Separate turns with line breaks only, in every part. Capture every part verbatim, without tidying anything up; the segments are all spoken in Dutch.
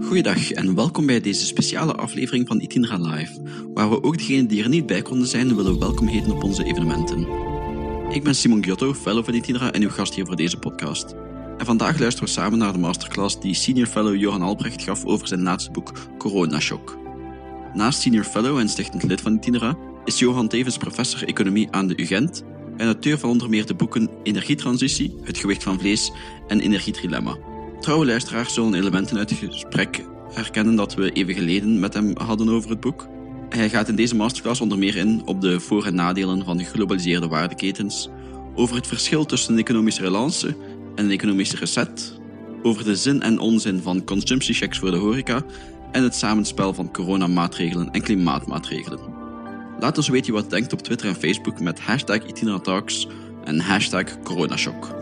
Goeiedag en welkom bij deze speciale aflevering van Itinera Live, waar we ook degenen die er niet bij konden zijn willen welkom heten op onze evenementen. Ik ben Simon Giotto, fellow van Itinera en uw gast hier voor deze podcast. En vandaag luisteren we samen naar de masterclass die senior fellow Johan Albrecht gaf over zijn laatste boek Corona Shock. Naast senior fellow en stichtend lid van Itinera is Johan tevens professor economie aan de U Gent en auteur van onder meer de boeken Energietransitie, Het gewicht van vlees en Energietrilemma. Trouwe luisteraars zullen elementen uit het gesprek herkennen dat we even geleden met hem hadden over het boek. Hij gaat in deze masterclass onder meer in op de voor- en nadelen van de geglobaliseerde waardeketens, over het verschil tussen een economische relance en een economische reset, over de zin en onzin van consumptiechecks voor de horeca en het samenspel van coronamaatregelen en klimaatmaatregelen. Laat ons weten wat je denkt op Twitter en Facebook met hashtag Itineratalks en hashtag Coronashock.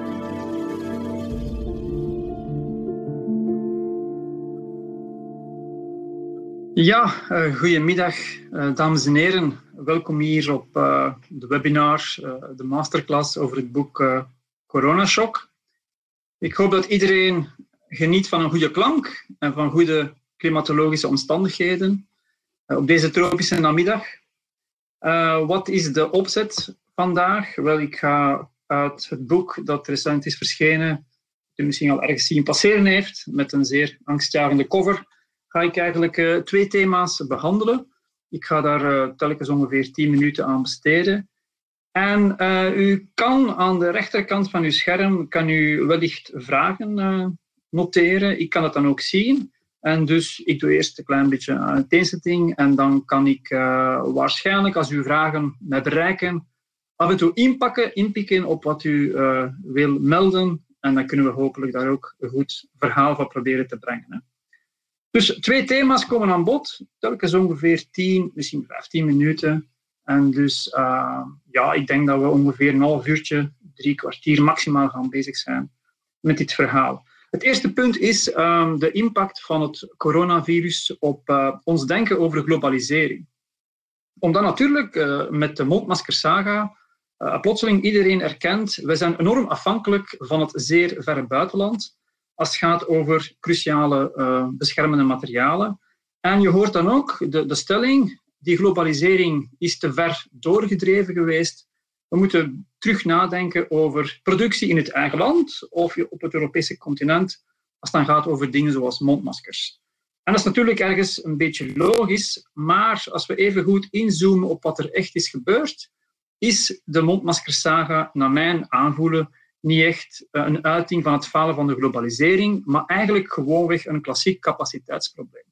Ja, uh, goedemiddag uh, dames en heren. Welkom hier op uh, de webinar, uh, de masterclass over het boek uh, Corona Shock. Ik hoop dat iedereen geniet van een goede klank en van goede klimatologische omstandigheden uh, op deze tropische namiddag. Uh, wat is de opzet vandaag? Wel, ik ga uit het boek dat recent is verschenen, dat u misschien al ergens zien passeren heeft, met een zeer angstjagende cover, ga ik eigenlijk uh, twee thema's behandelen. Ik ga daar uh, telkens ongeveer tien minuten aan besteden. En uh, u kan aan de rechterkant van uw scherm kan u wellicht vragen uh, noteren. Ik kan het dan ook zien. En dus ik doe eerst een klein beetje uiteenzetting en dan kan ik uh, waarschijnlijk, als u vragen mij bereiken, af en toe inpakken, inpikken op wat u uh, wil melden. En dan kunnen we hopelijk daar ook een goed verhaal van proberen te brengen. Hè. Dus twee thema's komen aan bod, telkens ongeveer tien, misschien vijftien minuten. En dus uh, ja, ik denk dat we ongeveer een half uurtje, drie kwartier maximaal gaan bezig zijn met dit verhaal. Het eerste punt is um, de impact van het coronavirus op uh, ons denken over globalisering. Omdat natuurlijk uh, met de mondmaskersaga uh, plotseling iedereen erkent, we zijn enorm afhankelijk van het zeer verre buitenland als het gaat over cruciale uh, beschermende materialen. En je hoort dan ook de, de stelling, die globalisering is te ver doorgedreven geweest. We moeten terug nadenken over productie in het eigen land of op het Europese continent, als het dan gaat over dingen zoals mondmaskers. En dat is natuurlijk ergens een beetje logisch, maar als we even goed inzoomen op wat er echt is gebeurd, is de mondmaskersaga, naar mijn aanvoelen, niet echt een uiting van het falen van de globalisering, maar eigenlijk gewoonweg een klassiek capaciteitsprobleem.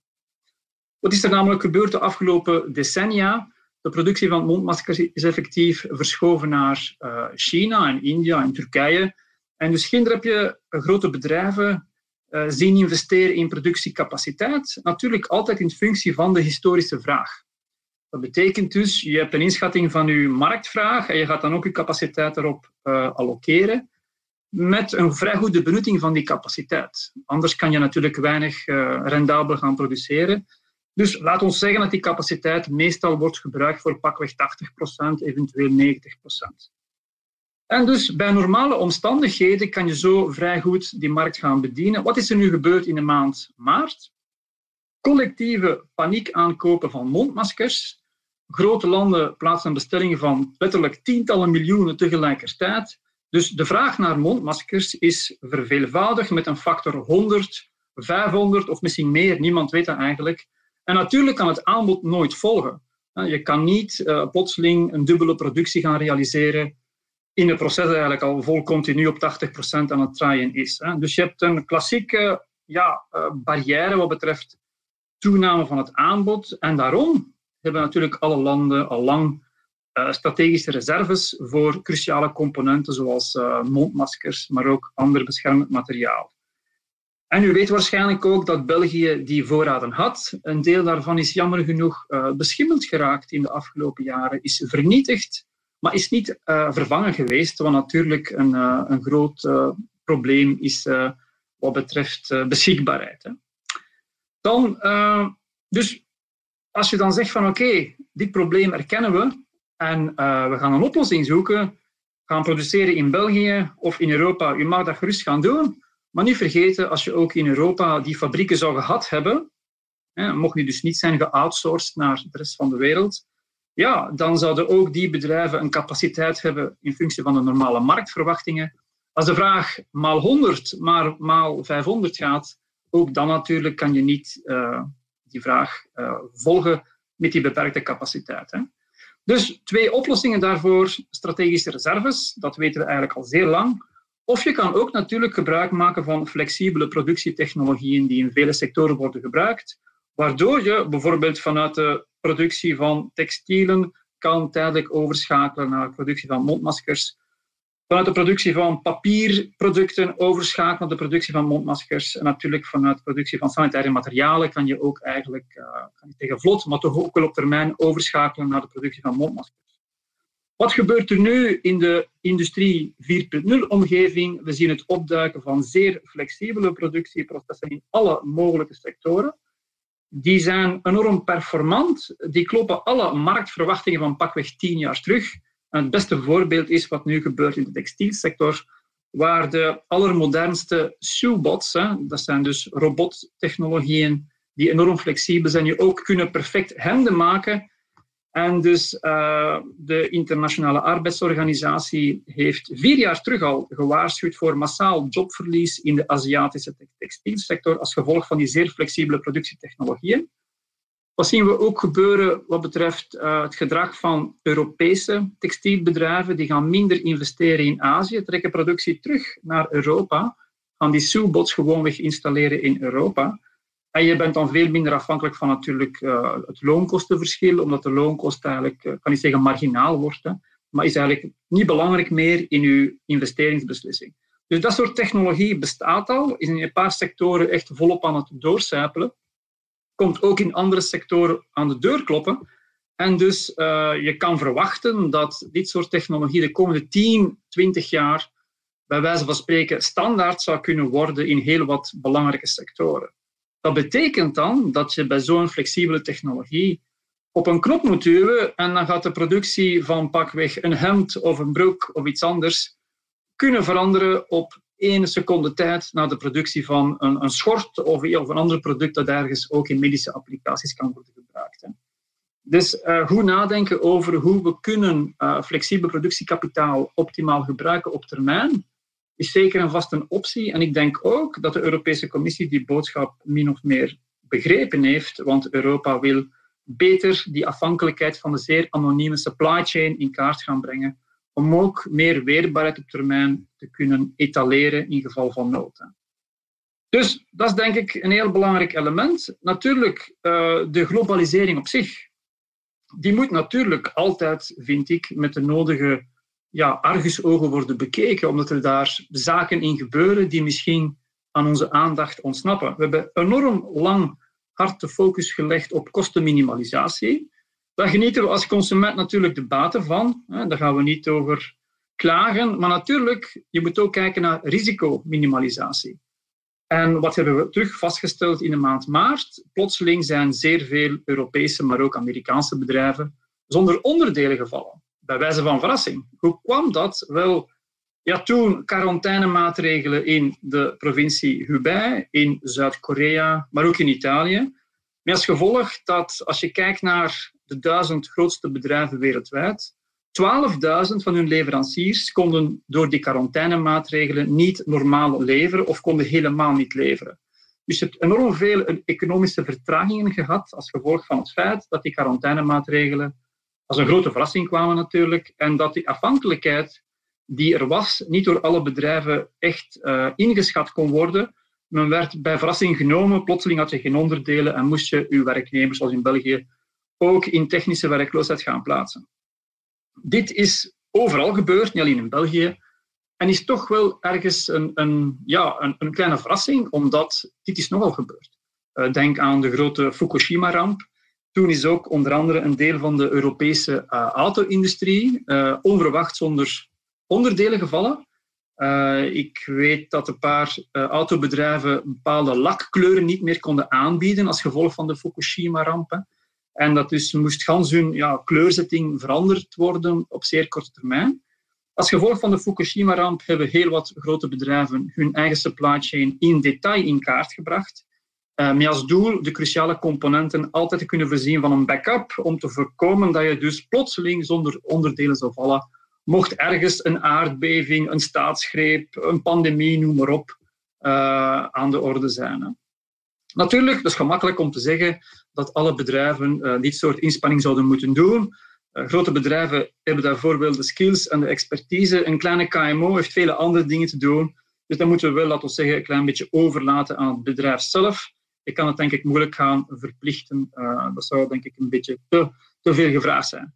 Wat is er namelijk gebeurd de afgelopen decennia? De productie van mondmaskers is effectief verschoven naar uh, China en India en Turkije. En dus ginder heb je grote bedrijven uh, zien investeren in productiecapaciteit, natuurlijk altijd in functie van de historische vraag. Dat betekent dus, je hebt een inschatting van je marktvraag en je gaat dan ook je capaciteit erop uh, allokeren, met een vrij goede benutting van die capaciteit. Anders kan je natuurlijk weinig uh, rendabel gaan produceren. Dus laat ons zeggen dat die capaciteit meestal wordt gebruikt voor pakweg tachtig procent, eventueel negentig procent. En dus bij normale omstandigheden kan je zo vrij goed die markt gaan bedienen. Wat is er nu gebeurd in de maand maart? Collectieve paniek aankopen van mondmaskers. Grote landen plaatsen bestellingen van letterlijk tientallen miljoenen tegelijkertijd. Dus de vraag naar mondmaskers is verveelvoudigd met een factor honderd, vijfhonderd of misschien meer. Niemand weet dat eigenlijk. En natuurlijk kan het aanbod nooit volgen. Je kan niet uh, plotseling een dubbele productie gaan realiseren in een proces dat eigenlijk al vol continu op tachtig procent aan het draaien is. Dus je hebt een klassieke ja, uh, barrière wat betreft toename van het aanbod. En daarom hebben natuurlijk alle landen al lang uh, strategische reserves voor cruciale componenten zoals uh, mondmaskers, maar ook ander beschermend materiaal. En u weet waarschijnlijk ook dat België die voorraden had. Een deel daarvan is jammer genoeg uh, beschimmeld geraakt in de afgelopen jaren, is vernietigd, maar is niet uh, vervangen geweest, wat natuurlijk een, uh, een groot uh, probleem is uh, wat betreft uh, beschikbaarheid. Hè. Dan, uh, dus als je dan zegt van oké, okay, dit probleem erkennen we en uh, we gaan een oplossing zoeken, gaan produceren in België of in Europa, u mag dat gerust gaan doen. Maar niet vergeten, als je ook in Europa die fabrieken zou gehad hebben, hè, mocht die dus niet zijn geoutsourced naar de rest van de wereld, ja, dan zouden ook die bedrijven een capaciteit hebben in functie van de normale marktverwachtingen. Als de vraag maal honderd, maar maal vijfhonderd gaat, ook dan natuurlijk kan je niet uh, die vraag uh, volgen met die beperkte capaciteit. Hè. Dus twee oplossingen daarvoor. Strategische reserves, dat weten we eigenlijk al zeer lang. Of je kan ook natuurlijk gebruik maken van flexibele productietechnologieën die in vele sectoren worden gebruikt, waardoor je bijvoorbeeld vanuit de productie van textielen kan tijdelijk overschakelen naar de productie van mondmaskers. Vanuit de productie van papierproducten overschakelen naar de productie van mondmaskers. En natuurlijk vanuit de productie van sanitaire materialen kan je ook eigenlijk uh, kan je tegen vlot, maar toch ook wel op termijn overschakelen naar de productie van mondmaskers. Wat gebeurt er nu in de industrie vier punt nul-omgeving? We zien het opduiken van zeer flexibele productieprocessen in alle mogelijke sectoren. Die zijn enorm performant. Die kloppen alle marktverwachtingen van pakweg tien jaar terug. En het beste voorbeeld is wat nu gebeurt in de textielsector, waar de allermodernste shoebots, hè, dat zijn dus robottechnologieën die enorm flexibel zijn, die ook kunnen perfect hemden maken. En dus uh, de Internationale Arbeidsorganisatie heeft vier jaar terug al gewaarschuwd voor massaal jobverlies in de Aziatische textielsector als gevolg van die zeer flexibele productietechnologieën. Wat zien we ook gebeuren wat betreft uh, het gedrag van Europese textielbedrijven? Die gaan minder investeren in Azië, trekken productie terug naar Europa, gaan die shoebots gewoonweg installeren in Europa. En je bent dan veel minder afhankelijk van natuurlijk uh, het loonkostenverschil, omdat de loonkost eigenlijk, uh, kan niet zeggen marginaal wordt, hè, maar is eigenlijk niet belangrijk meer in je investeringsbeslissing. Dus dat soort technologie bestaat al, is in een paar sectoren echt volop aan het doorcijpelen. Komt ook in andere sectoren aan de deur kloppen. En dus uh, je kan verwachten dat dit soort technologie de komende tien, twintig jaar bij wijze van spreken standaard zou kunnen worden in heel wat belangrijke sectoren. Dat betekent dan dat je bij zo'n flexibele technologie op een knop moet duwen en dan gaat de productie van pakweg een hemd of een broek of iets anders kunnen veranderen op één seconde tijd naar de productie van een, een schort of, of een ander product dat ergens ook in medische applicaties kan worden gebruikt. Hè. Dus uh, goed nadenken over hoe we kunnen uh, flexibel productiekapitaal optimaal gebruiken op termijn is zeker en vast een optie. En ik denk ook dat de Europese Commissie die boodschap min of meer begrepen heeft, want Europa wil beter die afhankelijkheid van de zeer anonieme supply chain in kaart gaan brengen, om ook meer weerbaarheid op termijn te kunnen etaleren in geval van nood. Dus dat is denk ik een heel belangrijk element. Natuurlijk, uh, de globalisering op zich, die moet natuurlijk altijd, vind ik, met de nodige ja, argusogen worden bekeken, omdat er daar zaken in gebeuren die misschien aan onze aandacht ontsnappen. We hebben enorm lang hard de focus gelegd op kostenminimalisatie. Daar genieten we als consument natuurlijk de baten van. Daar gaan we niet over klagen. Maar natuurlijk, je moet ook kijken naar risicominimalisatie. En wat hebben we terug vastgesteld in de maand maart? Plotseling zijn zeer veel Europese, maar ook Amerikaanse bedrijven zonder onderdelen gevallen. Bij wijze van verrassing. Hoe kwam dat? Wel, ja, toen quarantainemaatregelen in de provincie Hubei, in Zuid-Korea, maar ook in Italië. Met als gevolg dat, als je kijkt naar de duizend grootste bedrijven wereldwijd, twaalfduizend van hun leveranciers konden door die quarantainemaatregelen niet normaal leveren of konden helemaal niet leveren. Dus je hebt enorm veel economische vertragingen gehad als gevolg van het feit dat die quarantainemaatregelen als een grote verrassing kwamen natuurlijk en dat die afhankelijkheid die er was niet door alle bedrijven echt uh, ingeschat kon worden. Men werd bij verrassing genomen, plotseling had je geen onderdelen en moest je je werknemers, zoals in België, ook in technische werkloosheid gaan plaatsen. Dit is overal gebeurd, niet alleen in België, en is toch wel ergens een, een, ja, een, een kleine verrassing, omdat dit is nogal gebeurd. Uh, denk aan de grote Fukushima-ramp. Toen is ook onder andere een deel van de Europese uh, auto-industrie uh, onverwacht zonder onderdelen gevallen. Uh, ik weet dat een paar uh, autobedrijven bepaalde lakkleuren niet meer konden aanbieden als gevolg van de Fukushima-ramp. En dat dus moest gans hun ja, kleurzetting veranderd worden op zeer korte termijn. Als gevolg van de Fukushima-ramp hebben heel wat grote bedrijven hun eigen supply chain in detail in kaart gebracht. Uh, met als doel de cruciale componenten altijd te kunnen voorzien van een backup, om te voorkomen dat je dus plotseling zonder onderdelen zou vallen, mocht ergens een aardbeving, een staatsgreep, een pandemie, noem maar op, uh, aan de orde zijn. Hè. Natuurlijk, het is gemakkelijk om te zeggen dat alle bedrijven uh, dit soort inspanning zouden moeten doen. Uh, grote bedrijven hebben daarvoor wel de skills en de expertise. Een kleine K M O heeft vele andere dingen te doen. Dus dat moeten we wel, laten we zeggen, een klein beetje overlaten aan het bedrijf zelf. Je kan het denk ik moeilijk gaan verplichten. Uh, dat zou denk ik een beetje te, te veel gevraagd zijn.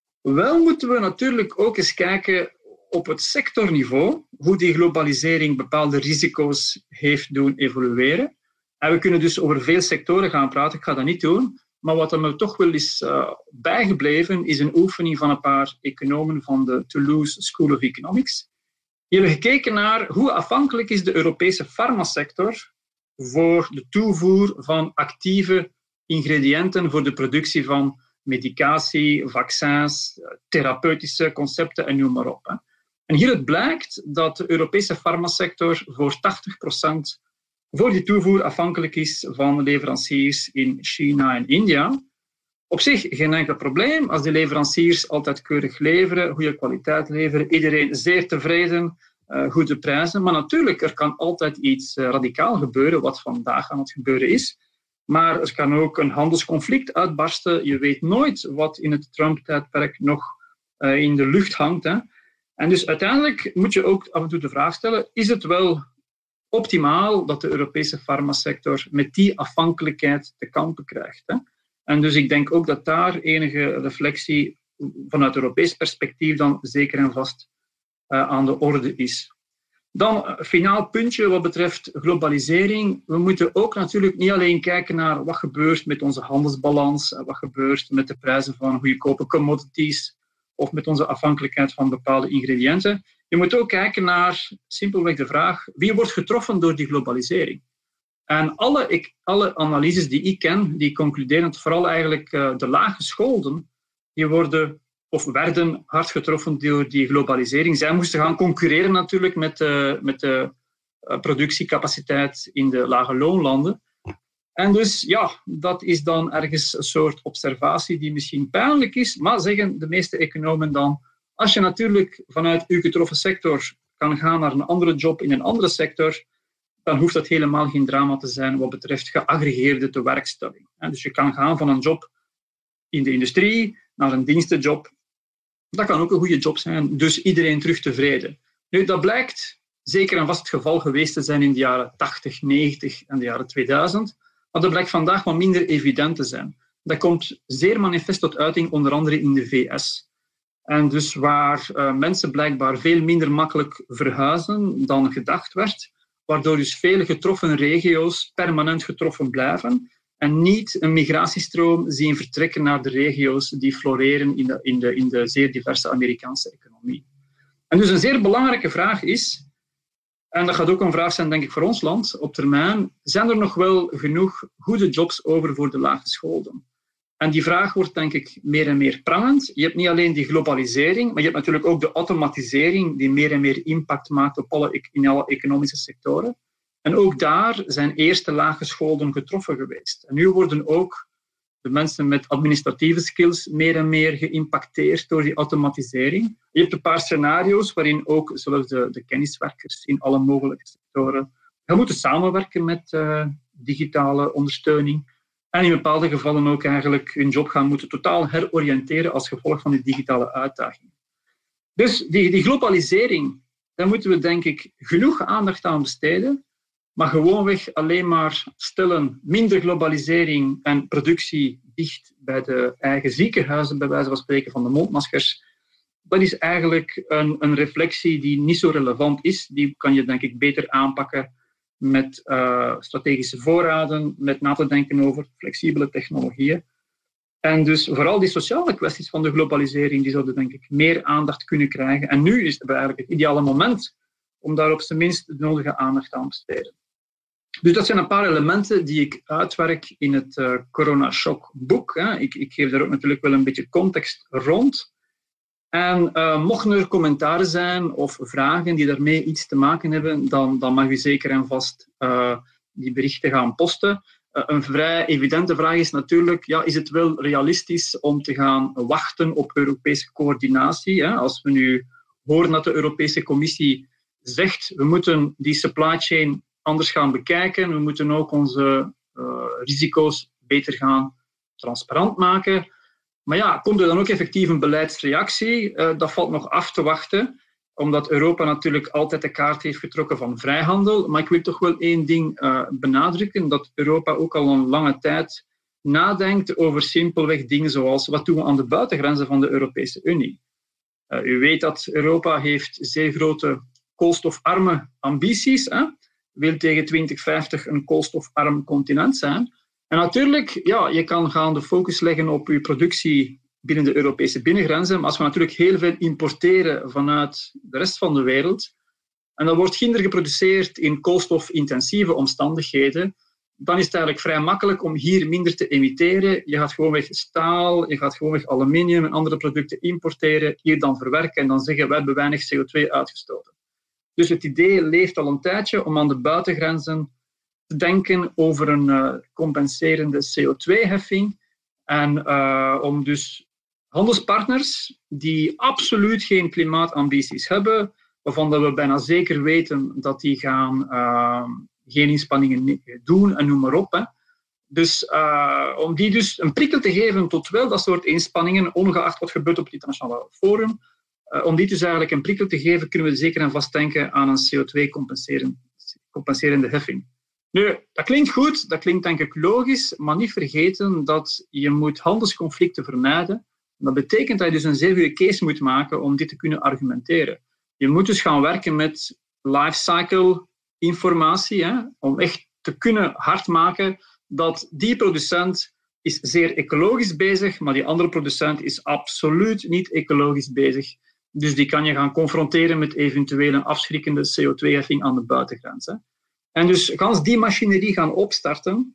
Wel moeten we natuurlijk ook eens kijken op het sectorniveau hoe die globalisering bepaalde risico's heeft doen evolueren. En we kunnen dus over veel sectoren gaan praten. Ik ga dat niet doen. Maar wat er me toch wel is uh, bijgebleven, is een oefening van een paar economen van de Toulouse School of Economics. Die hebben gekeken naar hoe afhankelijk is de Europese farmasector voor de toevoer van actieve ingrediënten voor de productie van medicatie, vaccins, therapeutische concepten en noem maar op. Hè. En hieruit blijkt dat de Europese farmasector voor tachtig procent voor die toevoer afhankelijk is van leveranciers in China en India. Op zich geen enkel probleem als die leveranciers altijd keurig leveren, goede kwaliteit leveren, iedereen zeer tevreden, uh, goede prijzen. Maar natuurlijk, er kan altijd iets uh, radicaal gebeuren, wat vandaag aan het gebeuren is. Maar er kan ook een handelsconflict uitbarsten. Je weet nooit wat in het Trump-tijdperk nog uh, in de lucht hangt. Hè. En dus uiteindelijk moet je ook af en toe de vraag stellen, is het wel optimaal dat de Europese farmasector met die afhankelijkheid te kampen krijgt? Hè? En dus ik denk ook dat daar enige reflectie vanuit Europees perspectief dan zeker en vast uh, aan de orde is. Dan een finaal puntje wat betreft globalisering. We moeten ook natuurlijk niet alleen kijken naar wat gebeurt met onze handelsbalans, wat gebeurt met de prijzen van goedkope commodities of met onze afhankelijkheid van bepaalde ingrediënten. Je moet ook kijken naar simpelweg de vraag, wie wordt getroffen door die globalisering? En alle, ik, alle analyses die ik ken, die concluderen dat vooral eigenlijk uh, de laaggescholden, die worden of werden hard getroffen door die globalisering. Zij moesten gaan concurreren natuurlijk met de, met de uh, productiecapaciteit in de lage loonlanden. En dus ja, dat is dan ergens een soort observatie die misschien pijnlijk is, maar zeggen de meeste economen dan, als je natuurlijk vanuit uw getroffen sector kan gaan naar een andere job in een andere sector, dan hoeft dat helemaal geen drama te zijn wat betreft geaggregeerde tewerkstelling. Dus je kan gaan van een job in de industrie naar een dienstenjob. Dat kan ook een goede job zijn, dus iedereen terug tevreden. Nu, dat blijkt zeker en vast het geval geweest te zijn in de jaren tachtig, negentig en de jaren tweeduizend, maar dat blijkt vandaag wat minder evident te zijn. Dat komt zeer manifest tot uiting, onder andere in de V S. En dus waar uh, mensen blijkbaar veel minder makkelijk verhuizen dan gedacht werd, waardoor dus vele getroffen regio's permanent getroffen blijven en niet een migratiestroom zien vertrekken naar de regio's die floreren in de, in de, in de zeer diverse Amerikaanse economie. En dus een zeer belangrijke vraag is, en dat gaat ook een vraag zijn denk ik voor ons land op termijn, zijn er nog wel genoeg goede jobs over voor de laaggescholden? En die vraag wordt denk ik meer en meer prangend. Je hebt niet alleen die globalisering, maar je hebt natuurlijk ook de automatisering die meer en meer impact maakt op alle, in alle economische sectoren. En ook daar zijn eerste laaggescholden getroffen geweest. En nu worden ook de mensen met administratieve skills meer en meer geïmpacteerd door die automatisering. Je hebt een paar scenario's waarin ook zelfs de, de kenniswerkers in alle mogelijke sectoren gaan moeten samenwerken met uh, digitale ondersteuning. En in bepaalde gevallen ook eigenlijk hun job gaan moeten totaal heroriënteren als gevolg van die digitale uitdagingen. Dus die, die globalisering, daar moeten we denk ik genoeg aandacht aan besteden, maar gewoonweg alleen maar stellen minder globalisering en productie dicht bij de eigen ziekenhuizen, bij wijze van spreken van de mondmaskers. Dat is eigenlijk een, een reflectie die niet zo relevant is. Die kan je denk ik beter aanpakken met uh, strategische voorraden, met na te denken over flexibele technologieën. En dus vooral die sociale kwesties van de globalisering, die zouden denk ik meer aandacht kunnen krijgen. En nu is het eigenlijk het ideale moment om daar op zijn minst de nodige aandacht aan te besteden. Dus dat zijn een paar elementen die ik uitwerk in het uh, Corona Shock boek. Hè. Ik, ik geef daar ook natuurlijk wel een beetje context rond. En uh, mochten er commentaren zijn of vragen die daarmee iets te maken hebben, dan, dan mag u zeker en vast uh, die berichten gaan posten. Uh, een vrij evidente vraag is natuurlijk, ja, is het wel realistisch om te gaan wachten op Europese coördinatie? Hè? Als we nu horen dat de Europese Commissie zegt, we moeten die supply chain anders gaan bekijken, we moeten ook onze uh, risico's beter gaan transparant maken. Maar ja, komt er dan ook effectief een beleidsreactie? Uh, dat valt nog af te wachten, omdat Europa natuurlijk altijd de kaart heeft getrokken van vrijhandel. Maar ik wil toch wel één ding uh, benadrukken, dat Europa ook al een lange tijd nadenkt over simpelweg dingen zoals wat doen we aan de buitengrenzen van de Europese Unie. Uh, u weet dat Europa heeft zeer grote koolstofarme ambities, hè? Wil tegen twintig vijftig een koolstofarm continent zijn. En natuurlijk, ja, je kan gaan de focus leggen op je productie binnen de Europese binnengrenzen, maar als we natuurlijk heel veel importeren vanuit de rest van de wereld, en dat wordt ginder geproduceerd in koolstofintensieve omstandigheden, dan is het eigenlijk vrij makkelijk om hier minder te emitteren. Je gaat gewoonweg staal, je gaat gewoonweg aluminium en andere producten importeren, hier dan verwerken en dan zeggen we hebben weinig C O twee uitgestoten. Dus het idee leeft al een tijdje om aan de buitengrenzen te denken over een uh, compenserende C O twee heffing en uh, om dus handelspartners die absoluut geen klimaatambities hebben, waarvan dat we bijna zeker weten dat die gaan uh, geen inspanningen doen en noem maar op. Hè. Dus uh, om die dus een prikkel te geven tot wel dat soort inspanningen, ongeacht wat gebeurt op het internationale forum, uh, om die dus eigenlijk een prikkel te geven, kunnen we zeker en vast denken aan een C O twee compenserende heffing. Nu, dat klinkt goed, dat klinkt denk ik logisch, maar niet vergeten dat je moet handelsconflicten vermijden. Dat betekent dat je dus een zeer goede case moet maken om dit te kunnen argumenteren. Je moet dus gaan werken met lifecycle informatie, hè, om echt te kunnen hardmaken dat die producent is zeer ecologisch bezig, maar die andere producent is absoluut niet ecologisch bezig. Dus die kan je gaan confronteren met eventueel een afschrikkende C O twee heffing aan de buitengrens. Hè. En dus gans die machinerie gaan opstarten,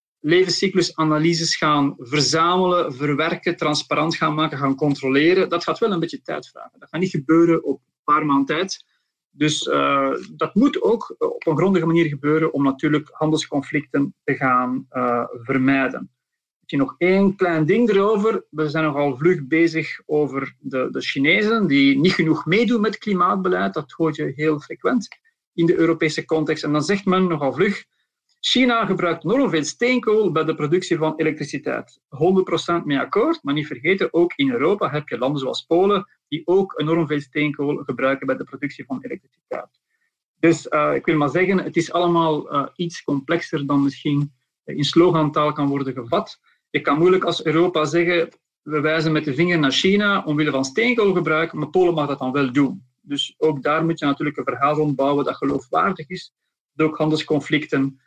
levenscyclusanalyses gaan verzamelen, verwerken, transparant gaan maken, gaan controleren. Dat gaat wel een beetje tijd vragen. Dat gaat niet gebeuren op een paar maanden tijd. Dus uh, dat moet ook op een grondige manier gebeuren om natuurlijk handelsconflicten te gaan uh, vermijden. Misschien nog één klein ding erover. We zijn nogal vlug bezig over de, de Chinezen die niet genoeg meedoen met klimaatbeleid. Dat hoor je heel frequent in de Europese context. En dan zegt men nogal vlug, China gebruikt enorm veel steenkool bij de productie van elektriciteit. honderd procent mee akkoord, maar niet vergeten, ook in Europa heb je landen zoals Polen die ook enorm veel steenkool gebruiken bij de productie van elektriciteit. Dus uh, ik wil maar zeggen, het is allemaal uh, iets complexer dan misschien in slogantaal kan worden gevat. Je kan moeilijk als Europa zeggen, we wijzen met de vinger naar China omwille van steenkoolgebruik, maar Polen mag dat dan wel doen. Dus ook daar moet je natuurlijk een verhaal rondbouwen dat geloofwaardig is, dat ook handelsconflicten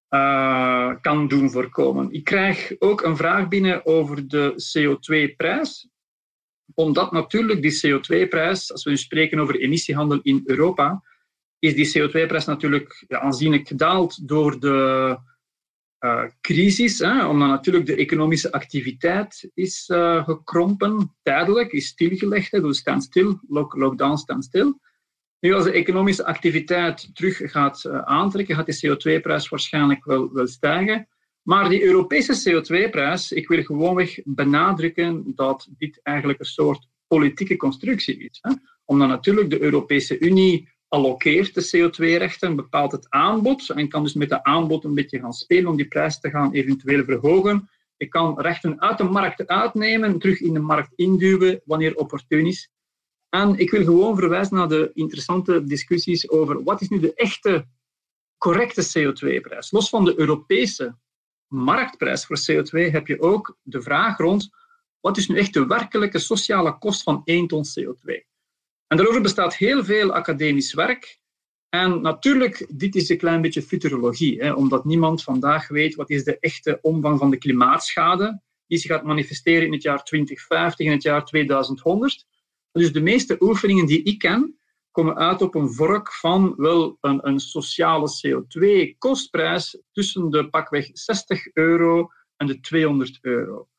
uh, kan doen voorkomen. Ik krijg ook een vraag binnen over de C O twee prijs. Omdat natuurlijk die C O twee prijs, als we nu spreken over emissiehandel in Europa, is die C O twee prijs natuurlijk ja, aanzienlijk gedaald door de uh, crisis. Hè, omdat natuurlijk de economische activiteit is uh, gekrompen, tijdelijk, is stilgelegd hè, door standstill, lock, lockdown, standstill. Nu, als de economische activiteit terug gaat uh, aantrekken, gaat de C O twee prijs waarschijnlijk wel, wel stijgen. Maar die Europese C O twee prijs, ik wil gewoonweg benadrukken dat dit eigenlijk een soort politieke constructie is. Hè? Omdat natuurlijk de Europese Unie allokeert de C O twee rechten, bepaalt het aanbod en kan dus met de aanbod een beetje gaan spelen om die prijs te gaan eventueel verhogen. Je kan rechten uit de markt uitnemen, terug in de markt induwen wanneer opportun is. En ik wil gewoon verwijzen naar de interessante discussies over wat is nu de echte, correcte C O twee prijs. Los van de Europese marktprijs voor C O twee heb je ook de vraag rond wat is nu echt de werkelijke sociale kost van één ton C O twee. En daarover bestaat heel veel academisch werk. En natuurlijk, dit is een klein beetje futurologie, hè, omdat niemand vandaag weet wat is de echte omvang van de klimaatschade die zich gaat manifesteren in het jaar twintig vijftig, in het jaar tweeduizendhonderd. Dus de meeste oefeningen die ik ken, komen uit op een vork van wel een, een sociale C O twee kostprijs tussen de pakweg zestig euro en de tweehonderd euro.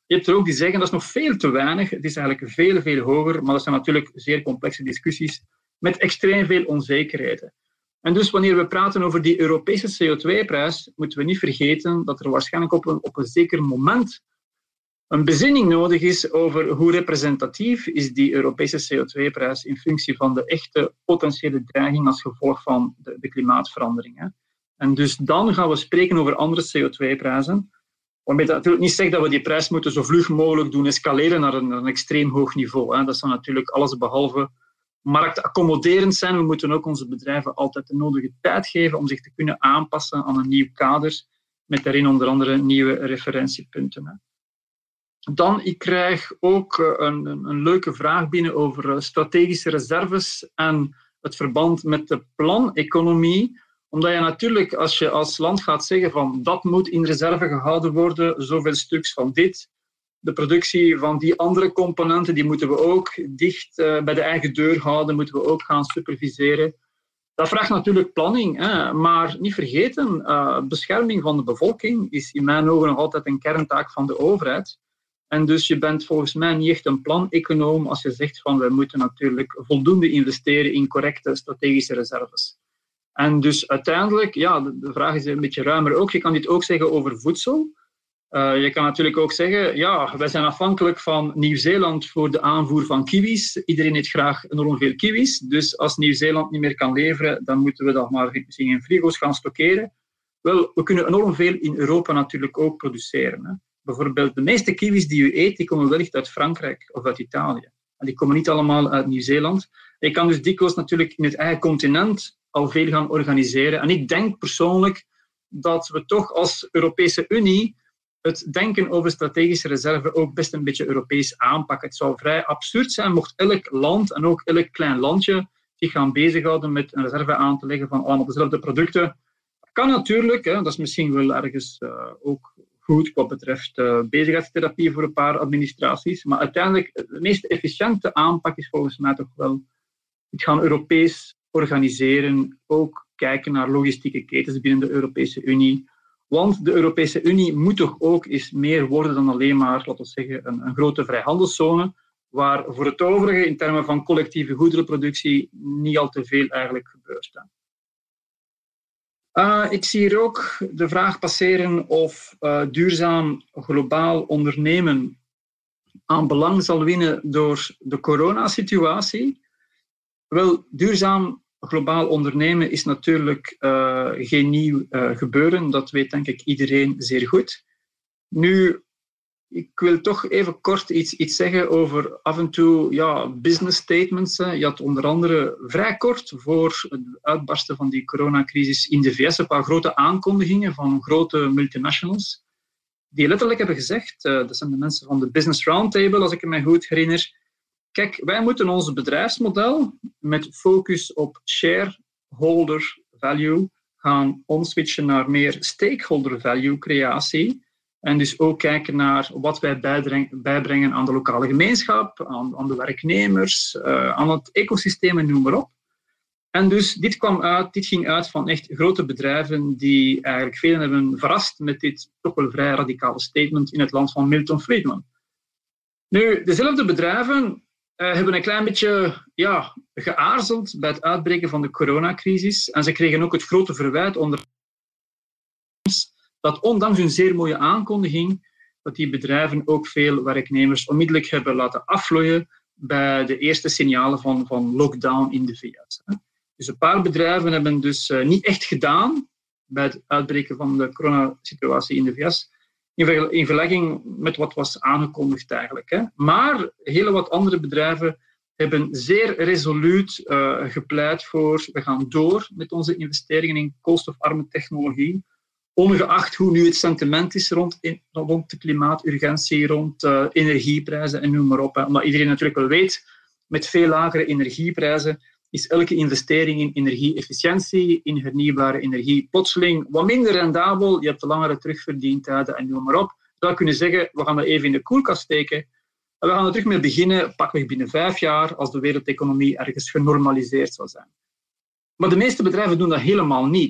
Je hebt er ook die zeggen, dat is nog veel te weinig. Het is eigenlijk veel, veel hoger, maar dat zijn natuurlijk zeer complexe discussies met extreem veel onzekerheden. En dus wanneer we praten over die Europese C O twee prijs, moeten we niet vergeten dat er waarschijnlijk op een, op een zeker moment een bezinning nodig is over hoe representatief is die Europese C O twee prijs in functie van de echte potentiële dreiging als gevolg van de, de klimaatverandering. Hè. En dus dan gaan we spreken over andere C O twee prijzen. Waarmee dat natuurlijk niet zegt dat we die prijs moeten zo vlug mogelijk doen escaleren naar een, naar een extreem hoog niveau. Hè. Dat zou natuurlijk alles behalve marktaccommoderend zijn. We moeten ook onze bedrijven altijd de nodige tijd geven om zich te kunnen aanpassen aan een nieuw kader, met daarin onder andere nieuwe referentiepunten. Hè. Dan, ik krijg ook een, een, een leuke vraag binnen over strategische reserves en het verband met de planeconomie. Omdat je natuurlijk, als je als land gaat zeggen van dat moet in reserve gehouden worden, zoveel stuks van dit, de productie van die andere componenten, die moeten we ook dicht uh, bij de eigen deur houden, moeten we ook gaan superviseren. Dat vraagt natuurlijk planning, hè? Maar niet vergeten, uh, bescherming van de bevolking is in mijn ogen nog altijd een kerntaak van de overheid. En dus je bent volgens mij niet echt een planeconoom als je zegt van we moeten natuurlijk voldoende investeren in correcte strategische reserves. En dus uiteindelijk, ja, de vraag is een beetje ruimer ook. Je kan dit ook zeggen over voedsel. Uh, je kan natuurlijk ook zeggen, ja, wij zijn afhankelijk van Nieuw-Zeeland voor de aanvoer van kiwis. Iedereen eet graag enorm veel kiwis. Dus als Nieuw-Zeeland niet meer kan leveren, dan moeten we dat maar misschien in frigo's gaan stockeren. Wel, we kunnen enorm veel in Europa natuurlijk ook produceren. Hè. Bijvoorbeeld de meeste kiwis die u eet, die komen wellicht uit Frankrijk of uit Italië. En die komen niet allemaal uit Nieuw-Zeeland. Je kan dus dikwijls natuurlijk in het eigen continent al veel gaan organiseren. En ik denk persoonlijk dat we toch als Europese Unie het denken over strategische reserve ook best een beetje Europees aanpakken. Het zou vrij absurd zijn mocht elk land en ook elk klein landje zich gaan bezighouden met een reserve aan te leggen van allemaal dezelfde producten. Dat kan natuurlijk, hè, dat is misschien wel ergens uh, ook goed wat betreft uh, bezigheidstherapie voor een paar administraties, maar uiteindelijk de meest efficiënte aanpak is volgens mij toch wel het gaan Europees organiseren, ook kijken naar logistieke ketens binnen de Europese Unie. Want de Europese Unie moet toch ook eens meer worden dan alleen maar, laten we zeggen, een, een grote vrijhandelszone, waar voor het overige in termen van collectieve goederenproductie niet al te veel eigenlijk gebeurt. Uh, ik zie hier ook de vraag passeren of uh, duurzaam globaal ondernemen aan belang zal winnen door de coronasituatie. Wel, duurzaam globaal ondernemen is natuurlijk uh, geen nieuw uh, gebeuren. Dat weet denk ik iedereen zeer goed. Nu, ik wil toch even kort iets, iets zeggen over af en toe ja, business statements. Hè. Je had onder andere vrij kort voor het uitbarsten van die coronacrisis in de V S een paar grote aankondigingen van grote multinationals die letterlijk hebben gezegd, uh, dat zijn de mensen van de Business Roundtable, als ik me goed herinner, kijk, wij moeten ons bedrijfsmodel met focus op shareholder value gaan omswitchen naar meer stakeholder value creatie. En dus ook kijken naar wat wij bijbrengen aan de lokale gemeenschap, aan, aan de werknemers, uh, aan het ecosysteem en noem maar op. En dus dit kwam uit, dit ging uit van echt grote bedrijven die eigenlijk velen hebben verrast met dit toch wel vrij radicale statement in het land van Milton Friedman. Nu, dezelfde bedrijven Uh, hebben een klein beetje ja, geaarzeld bij het uitbreken van de coronacrisis. En ze kregen ook het grote verwijt onder dat ondanks hun zeer mooie aankondiging, dat die bedrijven ook veel werknemers onmiddellijk hebben laten afvloeien bij de eerste signalen van, van lockdown in de V S. Dus een paar bedrijven hebben dus uh, niet echt gedaan bij het uitbreken van de coronasituatie in de V S. In vergelijking met wat was aangekondigd eigenlijk. Hè. Maar heel wat andere bedrijven hebben zeer resoluut uh, gepleit voor we gaan door met onze investeringen in koolstofarme technologie, ongeacht hoe nu het sentiment is rond, in, rond de klimaaturgentie, rond uh, energieprijzen en noem maar op. Hè. Omdat iedereen natuurlijk wel weet, met veel lagere energieprijzen is elke investering in energieefficiëntie, in hernieuwbare energie, plotseling wat minder rendabel. Je hebt de langere terugverdientijden en noem maar op. Je zou kunnen zeggen, we gaan dat even in de koelkast steken en we gaan er terug mee beginnen, pakweg binnen vijf jaar, als de wereldeconomie ergens genormaliseerd zal zijn. Maar de meeste bedrijven doen dat helemaal niet.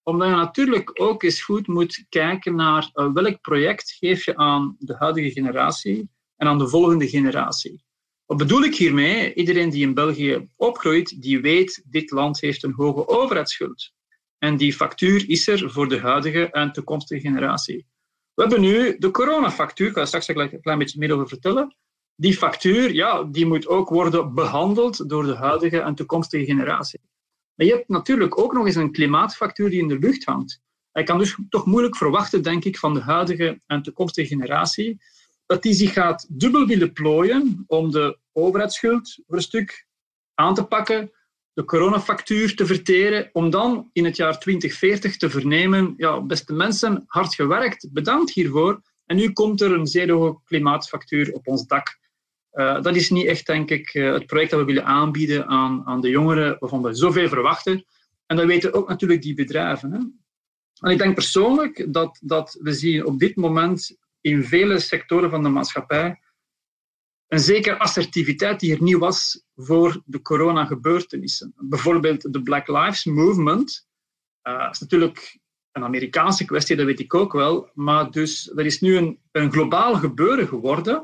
Omdat je natuurlijk ook eens goed moet kijken naar uh, welk project geef je aan de huidige generatie en aan de volgende generatie. Wat bedoel ik hiermee? Iedereen die in België opgroeit, die weet dit land heeft een hoge overheidsschuld. En die factuur is er voor de huidige en toekomstige generatie. We hebben nu de coronafactuur, ik ga er straks een klein beetje meer over vertellen. Die factuur, ja, die moet ook worden behandeld door de huidige en toekomstige generatie. Maar je hebt natuurlijk ook nog eens een klimaatfactuur die in de lucht hangt. Je kan dus toch moeilijk verwachten, denk ik, van de huidige en toekomstige generatie, dat die zich gaat dubbel willen plooien om de overheidsschuld voor een stuk aan te pakken, de coronafactuur te verteren, om dan in het jaar twintig veertig te vernemen, ja, beste mensen, hard gewerkt, bedankt hiervoor, en nu komt er een zeer hoge klimaatfactuur op ons dak. Uh, dat is niet echt, denk ik, uh, het project dat we willen aanbieden aan, aan de jongeren, waarvan we zoveel verwachten. En dat weten ook natuurlijk die bedrijven. Hè. En ik denk persoonlijk dat, dat we zien op dit moment in vele sectoren van de maatschappij een zekere assertiviteit die er niet was voor de coronagebeurtenissen. Bijvoorbeeld de Black Lives Movement. Uh, dat is natuurlijk een Amerikaanse kwestie, dat weet ik ook wel. Maar dus, dat is nu een, een globaal gebeuren geworden.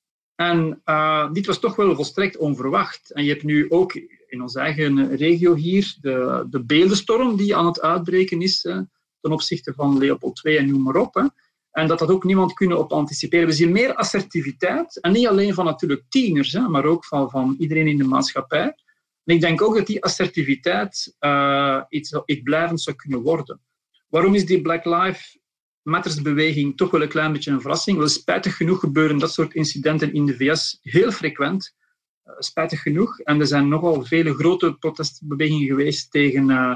En uh, dit was toch wel volstrekt onverwacht. En je hebt nu ook in onze eigen regio hier de, de beeldenstorm die aan het uitbreken is hè, ten opzichte van Leopold twee en noem maar op. Hè. En dat had ook niemand kunnen op anticiperen. We zien meer assertiviteit. En niet alleen van natuurlijk tieners, hè, maar ook van, van iedereen in de maatschappij. En ik denk ook dat die assertiviteit uh, iets, iets blijvend zou kunnen worden. Waarom is die Black Lives Matter-beweging toch wel een klein beetje een verrassing? Wel, spijtig genoeg gebeuren dat soort incidenten in de V S heel frequent. Uh, spijtig genoeg. En er zijn nogal vele grote protestbewegingen geweest tegen uh,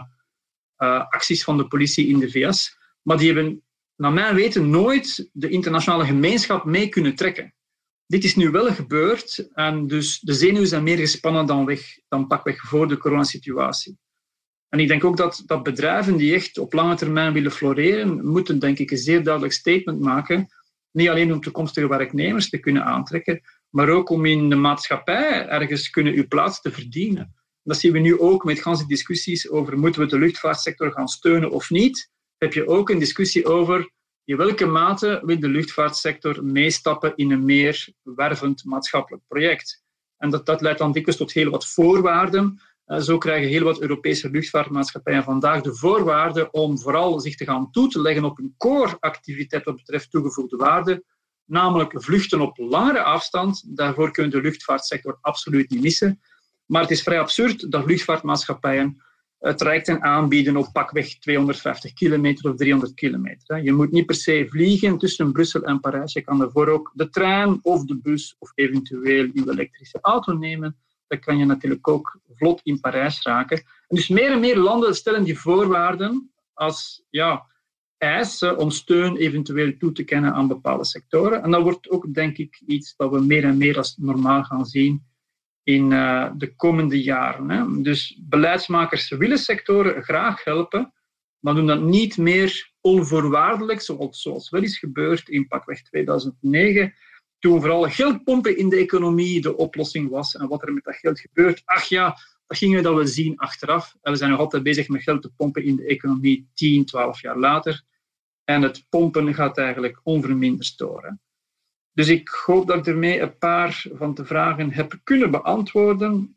uh, acties van de politie in de V S. Maar die hebben, naar mijn weten, nooit de internationale gemeenschap mee kunnen trekken. Dit is nu wel gebeurd en dus de zenuwen zijn meer gespannen dan, weg, dan pakweg voor de coronasituatie. En ik denk ook dat, dat bedrijven die echt op lange termijn willen floreren, moeten denk ik een zeer duidelijk statement maken. Niet alleen om toekomstige werknemers te kunnen aantrekken, maar ook om in de maatschappij ergens kunnen uw plaats te verdienen. Dat zien we nu ook met ganse discussies over moeten we de luchtvaartsector gaan steunen of niet. Heb je ook een discussie over in welke mate wil de luchtvaartsector meestappen in een meer wervend maatschappelijk project. En dat, dat leidt dan dikwijls tot heel wat voorwaarden. Uh, zo krijgen heel wat Europese luchtvaartmaatschappijen vandaag de voorwaarden om vooral zich te gaan toe te leggen op een core-activiteit wat betreft toegevoegde waarde, namelijk vluchten op langere afstand. Daarvoor kun je de luchtvaartsector absoluut niet missen. Maar het is vrij absurd dat luchtvaartmaatschappijen trajecten aanbieden op pakweg tweehonderdvijftig kilometer of driehonderd kilometer. Je moet niet per se vliegen tussen Brussel en Parijs. Je kan daarvoor ook de trein of de bus of eventueel uw elektrische auto nemen. Dan kan je natuurlijk ook vlot in Parijs raken. En dus meer en meer landen stellen die voorwaarden als ja, eis om steun eventueel toe te kennen aan bepaalde sectoren. En dat wordt ook, denk ik, iets dat we meer en meer als normaal gaan zien in uh, de komende jaren. Hè. Dus beleidsmakers willen sectoren graag helpen, maar doen dat niet meer onvoorwaardelijk, zoals, zoals wel is gebeurd in pakweg tweeduizend negen, toen vooral geldpompen in de economie de oplossing was. En wat er met dat geld gebeurt, ach ja, dat gingen we dan wel zien achteraf. En we zijn nog altijd bezig met geld te pompen in de economie tien, twaalf jaar later. En het pompen gaat eigenlijk onverminderd door. Dus ik hoop dat ik ermee een paar van de vragen heb kunnen beantwoorden.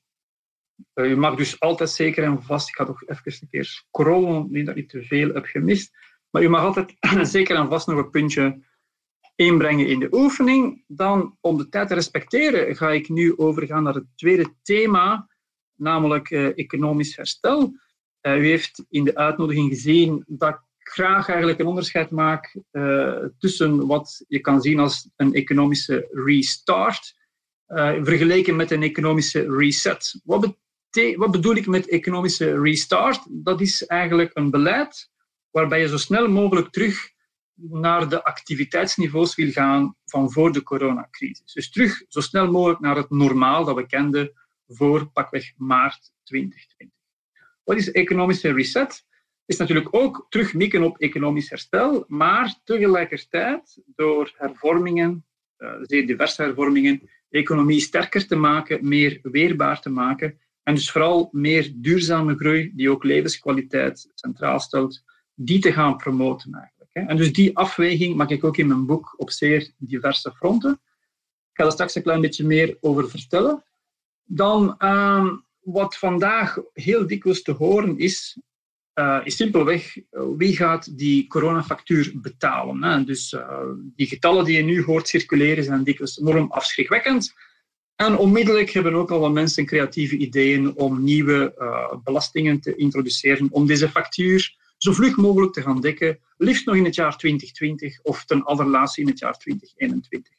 Uh, je mag dus altijd zeker en vast, ik ga toch even een keer scrollen, niet dat ik te veel heb gemist, maar je mag altijd zeker en vast nog een puntje inbrengen in de oefening. Dan, om de tijd te respecteren, ga ik nu overgaan naar het tweede thema, namelijk uh, economisch herstel. Uh, u heeft in de uitnodiging gezien dat ik graag eigenlijk een onderscheid maak uh, tussen wat je kan zien als een economische restart, uh, vergeleken met een economische reset. Wat, bete- wat bedoel ik met economische restart? Dat is eigenlijk een beleid waarbij je zo snel mogelijk terug naar de activiteitsniveaus wil gaan van voor de coronacrisis. Dus terug zo snel mogelijk naar het normaal dat we kenden voor pakweg maart twintig twintig. Wat is economische reset? Is natuurlijk ook terug mikken op economisch herstel, maar tegelijkertijd door hervormingen, uh, zeer diverse hervormingen, economie sterker te maken, meer weerbaar te maken en dus vooral meer duurzame groei die ook levenskwaliteit centraal stelt, die te gaan promoten eigenlijk. Hè. En dus die afweging maak ik ook in mijn boek op zeer diverse fronten. Ik ga er straks een klein beetje meer over vertellen. Dan, uh, wat vandaag heel dikwijls te horen is, uh, is simpelweg uh, wie gaat die coronafactuur betalen. Hè? Dus uh, die getallen die je nu hoort circuleren zijn dikwijls enorm afschrikwekkend. En onmiddellijk hebben ook al wat mensen creatieve ideeën om nieuwe uh, belastingen te introduceren, om deze factuur zo vlug mogelijk te gaan dekken, liefst nog in het jaar twintig twintig of ten allerlaatste in het jaar twintig eenentwintig.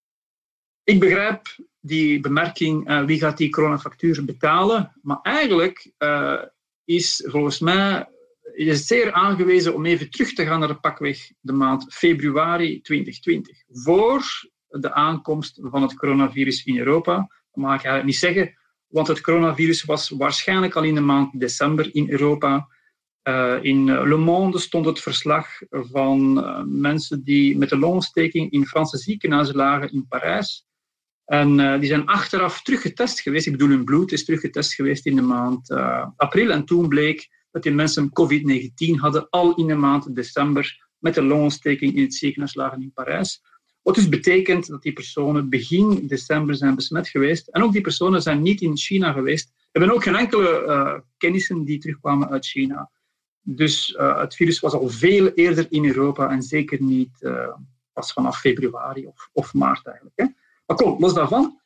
Ik begrijp die bemerking, uh, wie gaat die coronafactuur betalen, maar eigenlijk uh, is volgens mij is het zeer aangewezen om even terug te gaan naar de pakweg de maand februari twintig twintig, voor de aankomst van het coronavirus in Europa. Dat mag ik eigenlijk niet zeggen, want het coronavirus was waarschijnlijk al in de maand december in Europa. Uh, in Le Monde stond het verslag van uh, mensen die met een longontsteking in Franse ziekenhuizen lagen in Parijs. En uh, die zijn achteraf teruggetest geweest. Ik bedoel, hun bloed is teruggetest geweest in de maand uh, april. En toen bleek dat die mensen covid negentien hadden al in de maand december met een longontsteking in het ziekenhuis lagen in Parijs. Wat dus betekent dat die personen begin december zijn besmet geweest. En ook die personen zijn niet in China geweest. We hebben ook geen enkele uh, kennissen die terugkwamen uit China. Dus uh, het virus was al veel eerder in Europa en zeker niet uh, pas vanaf februari of, of maart eigenlijk. Hè. Maar kom, los daarvan.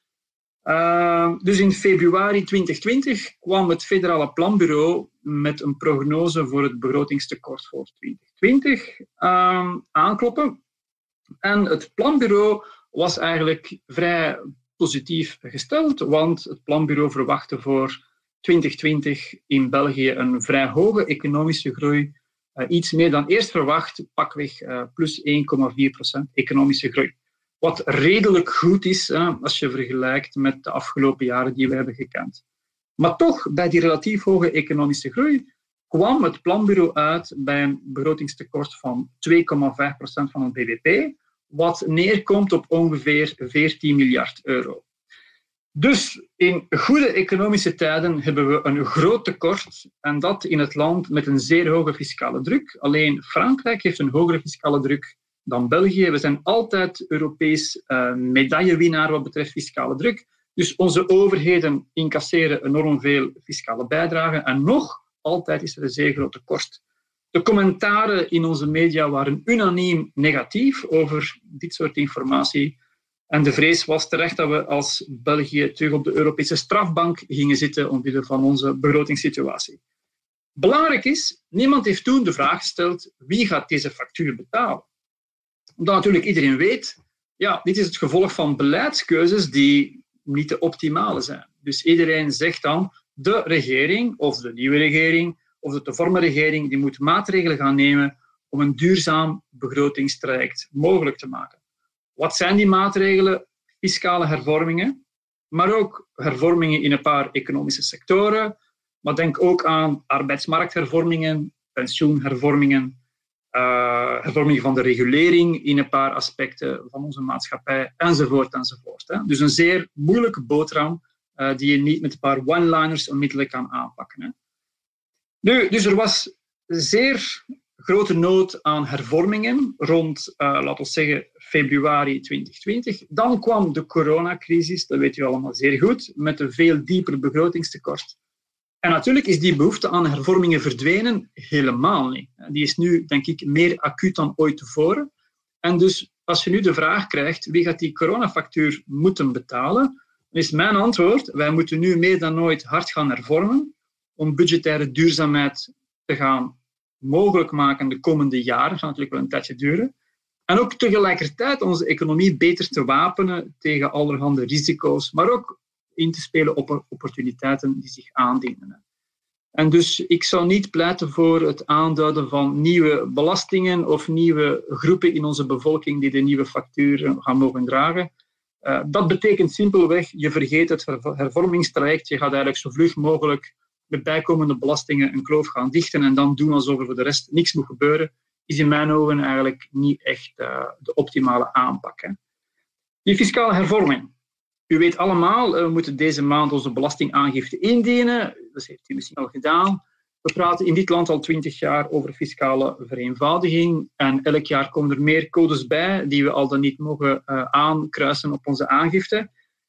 Uh, dus in februari twintig twintig kwam het Federale Planbureau met een prognose voor het begrotingstekort voor twintig twintig uh, aankloppen. En het planbureau was eigenlijk vrij positief gesteld, want het planbureau verwachtte voor twintig twintig in België een vrij hoge economische groei. Uh, iets meer dan eerst verwacht, pakweg uh, plus één komma vier procent economische groei. Wat redelijk goed is uh, als je vergelijkt met de afgelopen jaren die we hebben gekend. Maar toch, bij die relatief hoge economische groei kwam het planbureau uit bij een begrotingstekort van twee komma vijf procent van het B V P, wat neerkomt op ongeveer veertien miljard euro. Dus in goede economische tijden hebben we een groot tekort en dat in het land met een zeer hoge fiscale druk. Alleen Frankrijk heeft een hogere fiscale druk dan België. We zijn altijd Europees uh, medaillewinnaar wat betreft fiscale druk. Dus onze overheden incasseren enorm veel fiscale bijdragen en nog altijd is er een zeer groot tekort. De commentaren in onze media waren unaniem negatief over dit soort informatie. En de vrees was terecht dat we als België terug op de Europese strafbank gingen zitten omwille van onze begrotingssituatie. Belangrijk is, niemand heeft toen de vraag gesteld wie gaat deze factuur betalen. Omdat natuurlijk iedereen weet, ja, dit is het gevolg van beleidskeuzes die niet de optimale zijn. Dus iedereen zegt dan, de regering of de nieuwe regering of de te vormen regering die moet maatregelen gaan nemen om een duurzaam begrotingstraject mogelijk te maken. Wat zijn die maatregelen? Fiscale hervormingen, maar ook hervormingen in een paar economische sectoren. Maar denk ook aan arbeidsmarkthervormingen, pensioenhervormingen, uh, hervormingen van de regulering in een paar aspecten van onze maatschappij, enzovoort, enzovoort. Hè. Dus een zeer moeilijke boterham uh, die je niet met een paar one-liners onmiddellijk kan aanpakken. Hè. Nu, dus er was zeer grote nood aan hervormingen rond, uh, laten we zeggen, februari twintig twintig. Dan kwam de coronacrisis, dat weet u allemaal zeer goed, met een veel dieper begrotingstekort. En natuurlijk is die behoefte aan hervormingen verdwenen helemaal niet. Die is nu, denk ik, meer acuut dan ooit tevoren. En dus, als je nu de vraag krijgt, wie gaat die coronafactuur moeten betalen, dan is mijn antwoord, wij moeten nu meer dan ooit hard gaan hervormen om budgettaire duurzaamheid te gaan mogelijk maken de komende jaren. Dat gaat natuurlijk wel een tijdje duren. En ook tegelijkertijd onze economie beter te wapenen tegen allerhande risico's, maar ook in te spelen op opportuniteiten die zich aandienen. En dus ik zou niet pleiten voor het aanduiden van nieuwe belastingen of nieuwe groepen in onze bevolking die de nieuwe factuur gaan mogen dragen. Uh, dat betekent simpelweg, je vergeet het hervormingstraject, je gaat eigenlijk zo vlug mogelijk met bijkomende belastingen een kloof gaan dichten en dan doen alsof er voor de rest niks moet gebeuren, is in mijn ogen eigenlijk niet echt uh, de optimale aanpak. Hè. Die fiscale hervorming. U weet allemaal, we moeten deze maand onze belastingaangifte indienen. Dat heeft u misschien al gedaan. We praten in dit land al twintig jaar over fiscale vereenvoudiging en elk jaar komen er meer codes bij die we al dan niet mogen uh, aankruisen op onze aangifte.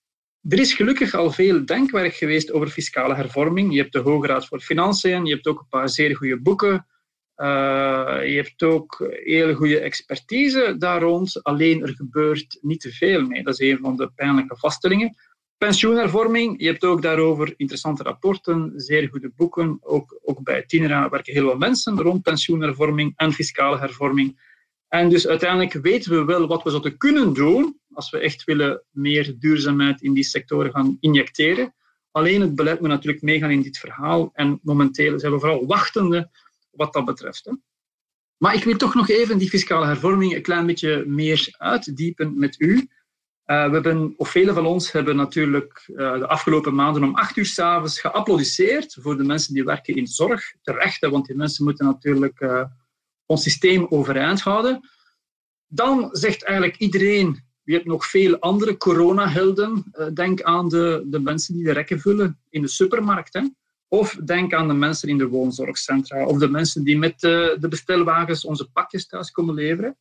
Er is gelukkig al veel denkwerk geweest over fiscale hervorming. Je hebt de Hoge Raad voor Financiën, je hebt ook een paar zeer goede boeken. Uh, je hebt ook heel goede expertise daar rond. Alleen er gebeurt niet te veel mee. Dat is een van de pijnlijke vaststellingen. Pensioenhervorming, je hebt ook daarover interessante rapporten, zeer goede boeken. Ook, ook bij Tinera werken heel veel mensen rond pensioenhervorming en fiscale hervorming. En dus uiteindelijk weten we wel wat we zouden kunnen doen als we echt willen meer duurzaamheid in die sectoren gaan injecteren. Alleen het beleid moet natuurlijk meegaan in dit verhaal. En momenteel zijn we vooral wachtende wat dat betreft. Hè. Maar ik wil toch nog even die fiscale hervorming een klein beetje meer uitdiepen met u. Uh, we hebben, of velen van ons hebben natuurlijk uh, de afgelopen maanden om acht uur 's avonds geapplaudisseerd voor de mensen die werken in zorg. Terecht, hè, want die mensen moeten natuurlijk uh, ons systeem overeind houden. Dan zegt eigenlijk iedereen, je hebt nog veel andere coronahelden. Uh, denk aan de, de mensen die de rekken vullen in de supermarkt. Hè. Of denk aan de mensen in de woonzorgcentra. Of de mensen die met de, de bestelwagens onze pakjes thuis komen leveren.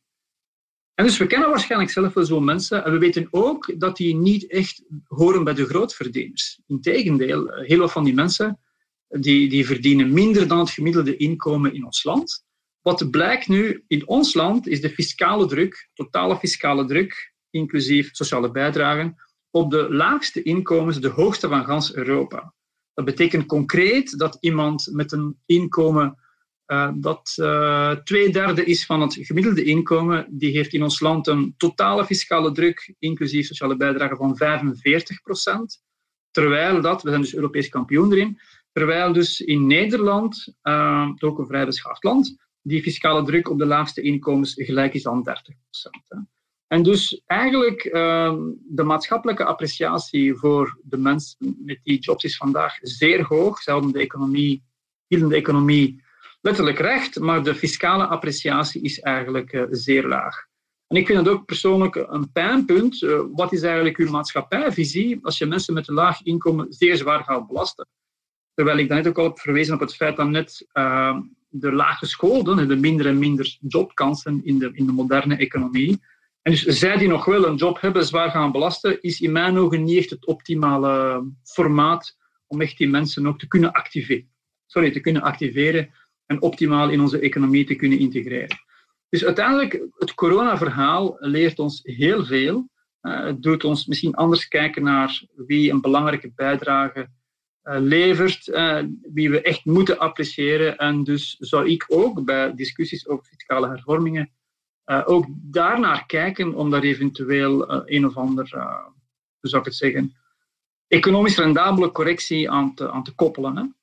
En dus we kennen waarschijnlijk zelf wel zo'n mensen. En we weten ook dat die niet echt horen bij de grootverdieners. Integendeel, heel wat van die mensen die, die verdienen minder dan het gemiddelde inkomen in ons land. Wat blijkt nu in ons land is de fiscale druk, totale fiscale druk, inclusief sociale bijdragen, op de laagste inkomens de hoogste van gans Europa. Dat betekent concreet dat iemand met een inkomen uh, dat uh, twee derde is van het gemiddelde inkomen, die heeft in ons land een totale fiscale druk, inclusief sociale bijdrage, van vijfenveertig procent. Terwijl dat, we zijn dus Europees kampioen erin, terwijl dus in Nederland, uh, ook een vrij beschaafd land, die fiscale druk op de laagste inkomens gelijk is aan dertig procent. Hè. En dus eigenlijk uh, de maatschappelijke appreciatie voor de mensen met die jobs is vandaag zeer hoog. Ze houden de economie, hielden de economie letterlijk recht, maar de fiscale appreciatie is eigenlijk uh, zeer laag. En ik vind dat ook persoonlijk een pijnpunt. Uh, wat is eigenlijk uw maatschappijvisie als je mensen met een laag inkomen zeer zwaar gaat belasten? Terwijl ik daarnet ook al heb verwezen op het feit dat net uh, de lage scholen hebben minder en minder jobkansen in de, in de moderne economie. En dus zij die nog wel een job hebben, zwaar gaan belasten, is in mijn ogen niet echt het optimale formaat om echt die mensen ook te kunnen activeren. Sorry, te kunnen activeren en optimaal in onze economie te kunnen integreren. Dus uiteindelijk, het coronaverhaal leert ons heel veel. Uh, het doet ons misschien anders kijken naar wie een belangrijke bijdrage uh, levert, uh, wie we echt moeten appreciëren. En dus zou ik ook bij discussies over fiscale hervormingen Uh, ook daarnaar kijken om daar eventueel uh, een of ander, uh, hoe zou ik het zeggen, economisch rendabele correctie aan te, aan te koppelen. Hè.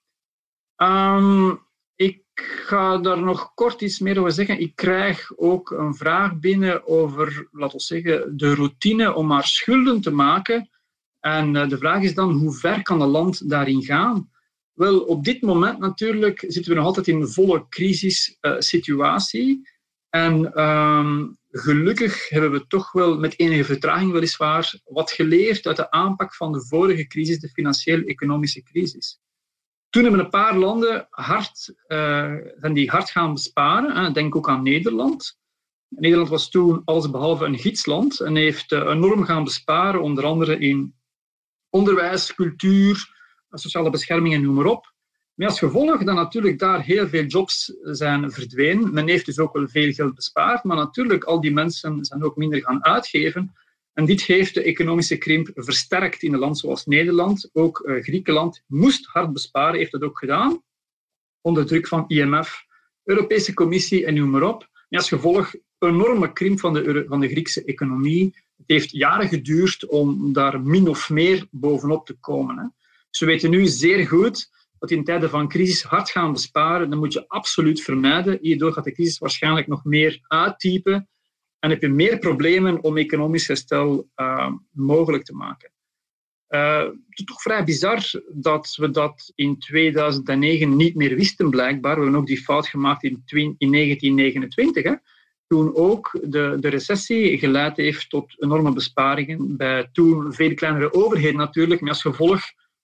Um, ik ga daar nog kort iets meer over zeggen. Ik krijg ook een vraag binnen over, laten we zeggen, de routine om maar schulden te maken. En uh, de vraag is dan, hoe ver kan een land daarin gaan? Wel, op dit moment natuurlijk zitten we nog altijd in een volle crisissituatie. Uh, En um, gelukkig hebben we toch wel, met enige vertraging weliswaar, wat geleerd uit de aanpak van de vorige crisis, de financieel-economische crisis. Toen hebben een paar landen hard, uh, zijn die hard gaan besparen. Hè. Denk ook aan Nederland. Nederland was toen allesbehalve een gidsland en heeft uh, enorm gaan besparen, onder andere in onderwijs, cultuur, sociale bescherming en noem maar op. Met als gevolg dat natuurlijk daar heel veel jobs zijn verdwenen. Men heeft dus ook wel veel geld bespaard, maar natuurlijk al die mensen zijn ook minder gaan uitgeven. En dit heeft de economische krimp versterkt in een land zoals Nederland. Ook uh, Griekenland moest hard besparen, heeft dat ook gedaan. Onder druk van I M F, Europese Commissie en noem maar op. En als gevolg enorme krimp van de, Euro- van de Griekse economie. Het heeft jaren geduurd om daar min of meer bovenop te komen. Hè. Dus we weten nu zeer goed dat in tijden van crisis hard gaan besparen, dan moet je absoluut vermijden. Hierdoor gaat de crisis waarschijnlijk nog meer uittypen en heb je meer problemen om economisch herstel uh, mogelijk te maken. Uh, het is toch vrij bizar dat we dat in tweeduizend negen niet meer wisten, blijkbaar. We hebben ook die fout gemaakt in, twi- in negentien negenentwintig, hè, toen ook de, de recessie geleid heeft tot enorme besparingen bij toen veel kleinere overheden natuurlijk, met als gevolg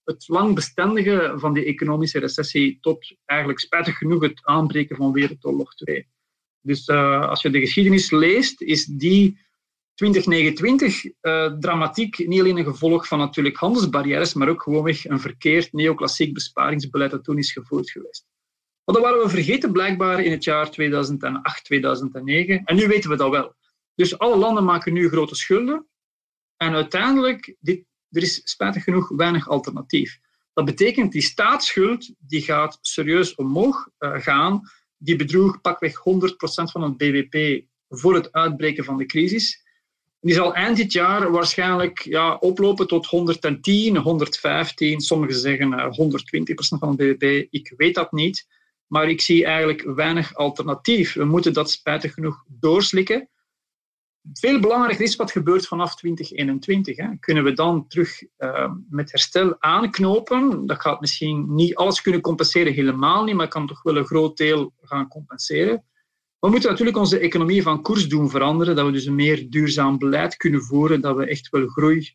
het langbestendige van die economische recessie tot eigenlijk spijtig genoeg het aanbreken van Wereldoorlog twee. Dus uh, als je de geschiedenis leest, is die twintig negenentwintig uh, dramatiek niet alleen een gevolg van natuurlijk handelsbarrières, maar ook gewoonweg een verkeerd neoclassiek besparingsbeleid dat toen is gevoerd geweest. Maar dat waren we vergeten blijkbaar in het jaar tweeduizend acht, tweeduizend negen. En nu weten we dat wel. Dus alle landen maken nu grote schulden. En uiteindelijk, dit, er is spijtig genoeg weinig alternatief. Dat betekent die staatsschuld die gaat serieus omhoog uh, gaan. Die bedroeg pakweg honderd procent van het B V P voor het uitbreken van de crisis. Die zal eind dit jaar waarschijnlijk ja, oplopen tot honderdtien, honderdvijftien, sommigen zeggen uh, honderdtwintig procent van het B V P. Ik weet dat niet, maar ik zie eigenlijk weinig alternatief. We moeten dat spijtig genoeg doorslikken. Veel belangrijker is wat gebeurt vanaf twintig eenentwintig. Hè. Kunnen we dan terug uh, met herstel aanknopen? Dat gaat misschien niet alles kunnen compenseren, helemaal niet, maar kan toch wel een groot deel gaan compenseren. We moeten natuurlijk onze economie van koers doen veranderen, dat we dus een meer duurzaam beleid kunnen voeren, dat we echt wel groei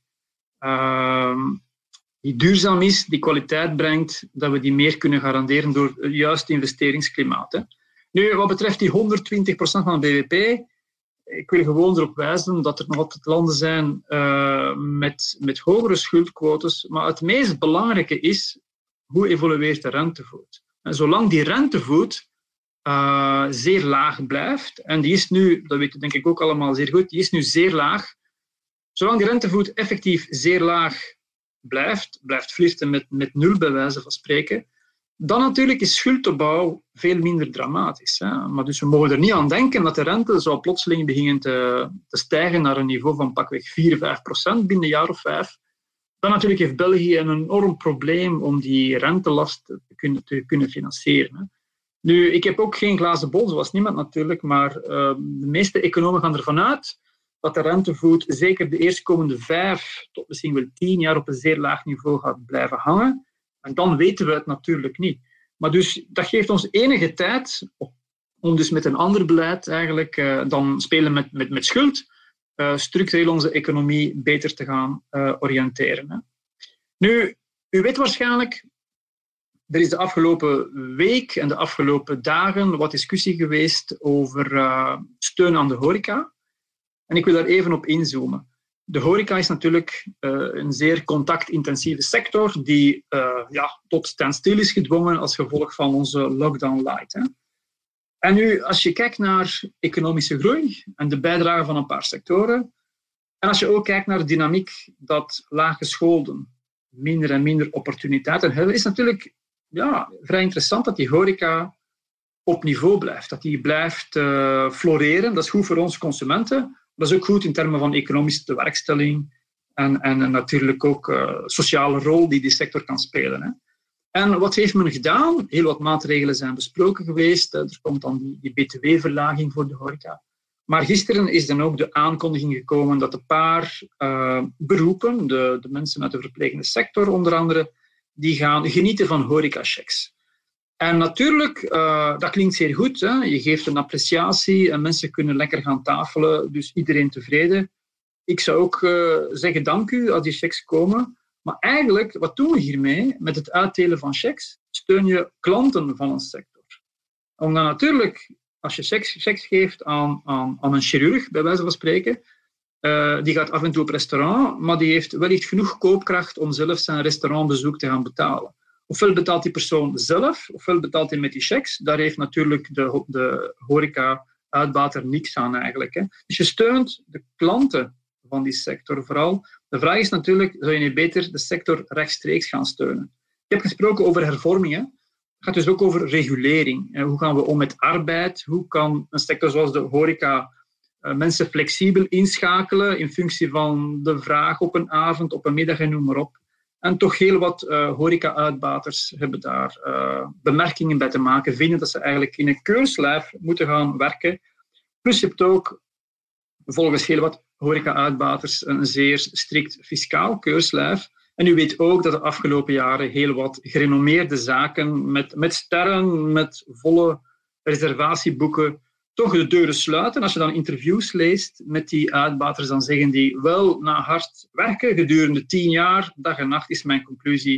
uh, die duurzaam is, die kwaliteit brengt, dat we die meer kunnen garanderen door het juiste investeringsklimaat. Hè. Nu, wat betreft die honderdtwintig procent van het B V P, ik wil gewoon erop wijzen dat er nog altijd landen zijn uh, met, met hogere schuldquotes, maar het meest belangrijke is, hoe evolueert de rentevoet? En zolang die rentevoet uh, zeer laag blijft, en die is nu, dat weten denk ik ook allemaal zeer goed, die is nu zeer laag, zolang die rentevoet effectief zeer laag blijft, blijft flirten met, met nul bij wijze van spreken, dan natuurlijk is schuldopbouw veel minder dramatisch. Hè. Maar dus we mogen er niet aan denken dat de rente zou plotseling beginnen te, te stijgen naar een niveau van pakweg vier, vijf procent binnen een jaar of vijf. Dan natuurlijk heeft België een enorm probleem om die rentelast te kunnen, te kunnen financieren. Hè. Nu, ik heb ook geen glazen bol, zoals niemand natuurlijk, maar uh, de meeste economen gaan ervan uit dat de rentevoet zeker de eerstkomende vijf tot misschien wel tien jaar op een zeer laag niveau gaat blijven hangen. En dan weten we het natuurlijk niet. Maar dus, dat geeft ons enige tijd om dus met een ander beleid eigenlijk uh, dan spelen met, met, met schuld, uh, structureel onze economie beter te gaan uh, oriënteren. Hè. Nu, u weet waarschijnlijk, er is de afgelopen week en de afgelopen dagen wat discussie geweest over uh, steun aan de horeca. En ik wil daar even op inzoomen. De horeca is natuurlijk uh, een zeer contactintensieve sector die uh, ja, tot standstill is gedwongen als gevolg van onze lockdown light. Hè. En nu, als je kijkt naar economische groei en de bijdrage van een paar sectoren, en als je ook kijkt naar de dynamiek dat laaggescholden minder en minder opportuniteiten hebben, is het natuurlijk ja, vrij interessant dat die horeca op niveau blijft. Dat die blijft uh, floreren. Dat is goed voor ons consumenten. Dat is ook goed in termen van economische tewerkstelling en, en, en natuurlijk ook uh, sociale rol die die sector kan spelen. Hè. En wat heeft men gedaan? Heel wat maatregelen zijn besproken geweest. Er komt dan die, die B T W-verlaging voor de horeca. Maar gisteren is dan ook de aankondiging gekomen dat een paar uh, beroepen, de, de mensen uit de verplegende sector onder andere, die gaan genieten van horecachecks. En natuurlijk, uh, dat klinkt zeer goed. Hè? Je geeft een appreciatie en mensen kunnen lekker gaan tafelen, dus iedereen tevreden. Ik zou ook uh, zeggen dank u als die checks komen. Maar eigenlijk, wat doen we hiermee? Met het uitdelen van checks steun je klanten van een sector. Omdat natuurlijk, als je checks, checks geeft aan, aan, aan een chirurg, bij wijze van spreken, uh, die gaat af en toe op restaurant, maar die heeft wellicht genoeg koopkracht om zelf zijn restaurantbezoek te gaan betalen. Ofwel betaalt die persoon zelf, ofwel betaalt hij met die checks. Daar heeft natuurlijk de, de horeca-uitbater niks aan eigenlijk. Hè. Dus je steunt de klanten van die sector vooral. De vraag is natuurlijk, zou je niet beter de sector rechtstreeks gaan steunen? Ik heb gesproken over hervormingen. Het gaat dus ook over regulering. Hoe gaan we om met arbeid? Hoe kan een sector zoals de horeca uh, mensen flexibel inschakelen in functie van de vraag op een avond, op een middag en noem maar op. En toch heel wat uh, horeca-uitbaters hebben daar uh, bemerkingen bij te maken, vinden dat ze eigenlijk in een keurslijf moeten gaan werken. Plus je hebt ook volgens heel wat horeca-uitbaters een zeer strikt fiscaal keurslijf. En u weet ook dat de afgelopen jaren heel wat gerenommeerde zaken met, met sterren, met volle reservatieboeken, toch de deuren sluiten. Als je dan interviews leest met die uitbaters, dan zeggen die wel na hard werken gedurende tien jaar, dag en nacht is mijn conclusie,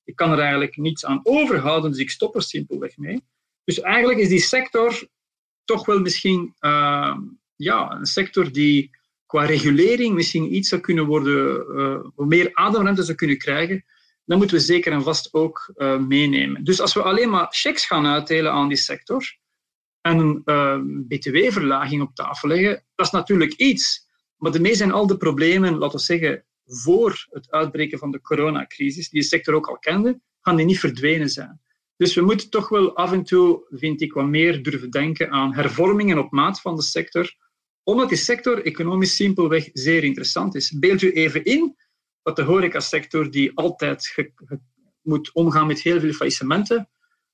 Ik kan er eigenlijk niets aan overhouden, dus ik stop er simpelweg mee. Dus eigenlijk is die sector toch wel misschien uh, ja, een sector die qua regulering misschien iets zou kunnen worden, uh, meer ademruimte zou kunnen krijgen. Dat moeten we zeker en vast ook uh, meenemen. Dus als we alleen maar checks gaan uitdelen aan die sector en een uh, B T W-verlaging op tafel leggen, dat is natuurlijk iets. Maar daarmee zijn al de problemen, laten we zeggen, voor het uitbreken van de coronacrisis, die de sector ook al kende, gaan die niet verdwenen zijn. Dus we moeten toch wel af en toe, vind ik, wat meer durven denken aan hervormingen op maat van de sector, omdat die sector economisch simpelweg zeer interessant is. Beeld u even in dat de horecasector, die altijd ge- ge- moet omgaan met heel veel faillissementen,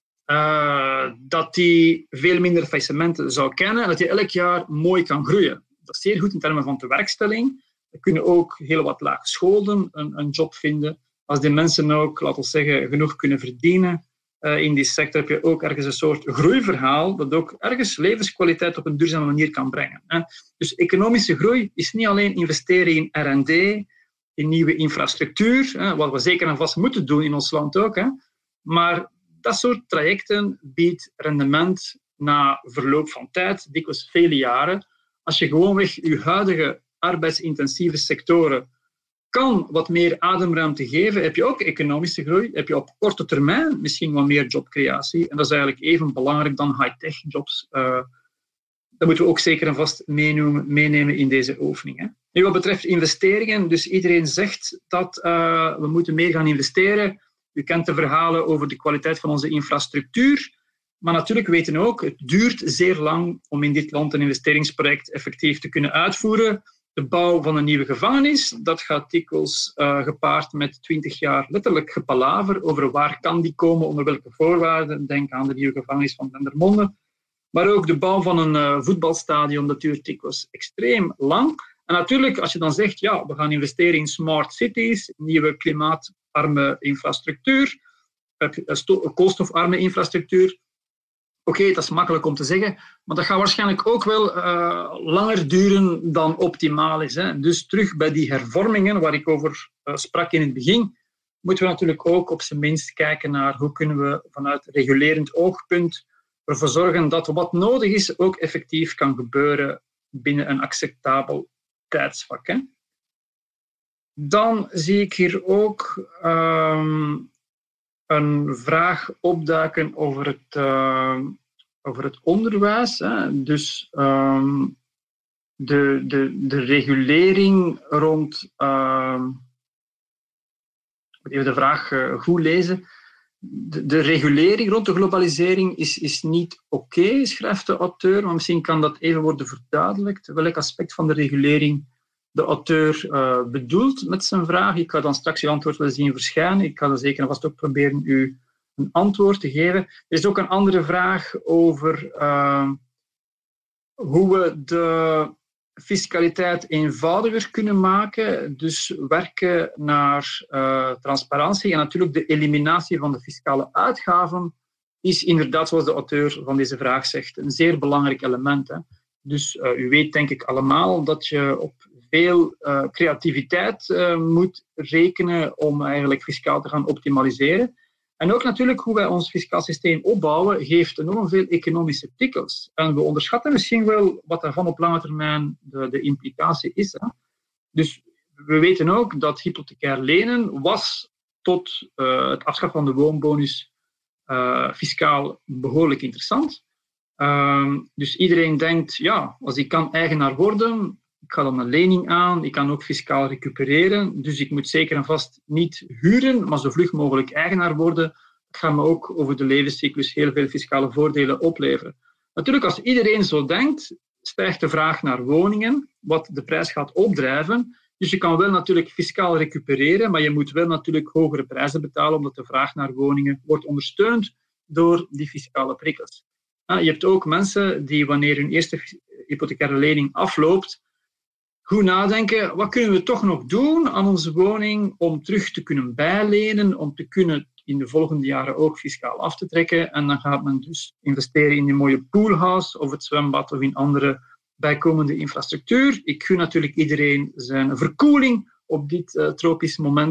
uh, dat die veel minder faillissementen zou kennen en dat die elk jaar mooi kan groeien. Dat is zeer goed in termen van de werkstelling. Er kunnen ook heel wat laaggescholden een, een job vinden. Als die mensen ook, laten we zeggen, genoeg kunnen verdienen uh, in die sector, heb je ook ergens een soort groeiverhaal dat ook ergens levenskwaliteit op een duurzame manier kan brengen. Hè. Dus economische groei is niet alleen investeren in R en D, in nieuwe infrastructuur, hè, wat we zeker en vast moeten doen in ons land ook, hè. Maar dat soort trajecten biedt rendement na verloop van tijd, dikwijls vele jaren. Als je gewoonweg je huidige arbeidsintensieve sectoren kan wat meer ademruimte geven, heb je ook economische groei, heb je op korte termijn misschien wat meer jobcreatie. En dat is eigenlijk even belangrijk dan high-tech jobs. Uh, dat moeten we ook zeker en vast meenemen, meenemen in deze oefening. Hè. Nu, wat betreft investeringen, dus iedereen zegt dat uh, we moeten meer gaan investeren. U kent de verhalen over de kwaliteit van onze infrastructuur. Maar natuurlijk weten we ook, het duurt zeer lang om in dit land een investeringsproject effectief te kunnen uitvoeren. De bouw van een nieuwe gevangenis, dat gaat dikwijls uh, gepaard met twintig jaar letterlijk gepalaver over waar kan die komen, onder welke voorwaarden. Denk aan de nieuwe gevangenis van Dendermonde. Maar ook de bouw van een uh, voetbalstadion, dat duurt dikwijls extreem lang. En natuurlijk, als je dan zegt, ja, we gaan investeren in smart cities, nieuwe klimaatarme infrastructuur, uh, koolstofarme infrastructuur. Oké, okay, dat is makkelijk om te zeggen, maar dat gaat waarschijnlijk ook wel uh, langer duren dan optimaal is. Hè. Dus terug bij die hervormingen waar ik over uh, sprak in het begin, moeten we natuurlijk ook op zijn minst kijken naar hoe kunnen we vanuit regulerend oogpunt ervoor zorgen dat wat nodig is ook effectief kan gebeuren binnen een acceptabel tijdsvak. Hè. Dan zie ik hier ook um, een vraag opduiken over het, uh, over het onderwijs. Hè. Dus um, de, de, de regulering rond... Uh, ik moet even de vraag uh, goed lezen. De, de regulering rond de globalisering is, is niet oké, okay, schrijft de auteur, maar misschien kan dat even worden verduidelijkt. Welk aspect van de regulering de auteur uh, bedoelt met zijn vraag. Ik ga dan straks uw antwoord wel zien verschijnen. Ik ga er zeker en vast ook proberen u een antwoord te geven. Er is ook een andere vraag over uh, hoe we de fiscaliteit eenvoudiger kunnen maken. Dus werken naar uh, transparantie en natuurlijk de eliminatie van de fiscale uitgaven is inderdaad, zoals de auteur van deze vraag zegt, een zeer belangrijk element. Hè. Dus uh, u weet denk ik allemaal dat je op veel uh, creativiteit uh, moet rekenen om eigenlijk fiscaal te gaan optimaliseren. En ook natuurlijk hoe wij ons fiscaal systeem opbouwen, geeft enorm veel economische prikkels. En we onderschatten misschien wel wat daarvan op lange termijn de, de implicatie is. Hè. Dus we weten ook dat hypothecair lenen was tot uh, het afschaffen van de woonbonus uh, fiscaal behoorlijk interessant. Uh, dus iedereen denkt, ja, als ik kan eigenaar worden, ik ga dan een lening aan, ik kan ook fiscaal recupereren, dus ik moet zeker en vast niet huren, maar zo vlug mogelijk eigenaar worden. Dat gaat me ook over de levenscyclus heel veel fiscale voordelen opleveren. Natuurlijk, als iedereen zo denkt, stijgt de vraag naar woningen, wat de prijs gaat opdrijven. Dus je kan wel natuurlijk fiscaal recupereren, maar je moet wel natuurlijk hogere prijzen betalen, omdat de vraag naar woningen wordt ondersteund door die fiscale prikkels. Je hebt ook mensen die, wanneer hun eerste hypothecaire lening afloopt, goed nadenken, wat kunnen we toch nog doen aan onze woning om terug te kunnen bijlenen, om te kunnen in de volgende jaren ook fiscaal af te trekken. En dan gaat men dus investeren in een mooie poolhouse of het zwembad of in andere bijkomende infrastructuur. Ik gun natuurlijk iedereen zijn verkoeling op dit uh, tropisch moment.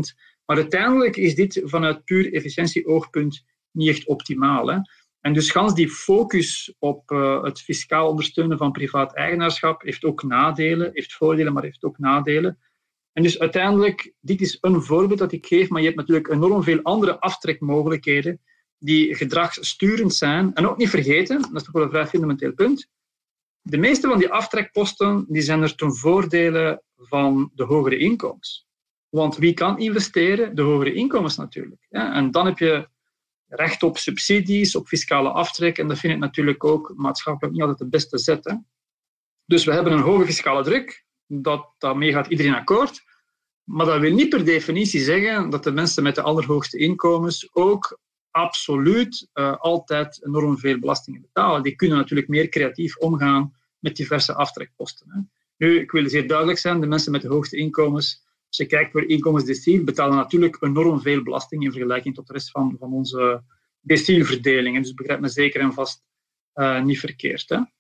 Maar uiteindelijk is dit vanuit puur efficiëntie-oogpunt niet echt optimaal. Hè? En dus gans die focus op uh, het fiscaal ondersteunen van privaat eigenaarschap heeft ook nadelen, heeft voordelen, maar heeft ook nadelen. En dus uiteindelijk, dit is een voorbeeld dat ik geef, maar je hebt natuurlijk enorm veel andere aftrekmogelijkheden die gedragssturend zijn. En ook niet vergeten, dat is toch wel een vrij fundamenteel punt, de meeste van die aftrekposten die zijn er ten voordele van de hogere inkomens. Want wie kan investeren? De hogere inkomens natuurlijk. Ja, en dan heb je recht op subsidies, op fiscale aftrek. En dat vind ik natuurlijk ook maatschappelijk niet altijd de beste zet. Hè. Dus we hebben een hoge fiscale druk. Dat, daarmee gaat iedereen akkoord. Maar dat wil niet per definitie zeggen dat de mensen met de allerhoogste inkomens ook absoluut uh, altijd enorm veel belastingen betalen. Die kunnen natuurlijk meer creatief omgaan met diverse aftrekposten. Hè. Nu, ik wil zeer duidelijk zijn, de mensen met de hoogste inkomens, als je kijkt voor inkomensdeciel, betalen natuurlijk enorm veel belasting in vergelijking tot de rest van, van onze decielverdelingen. Dus begrijp me zeker en vast uh, niet verkeerd. Hè.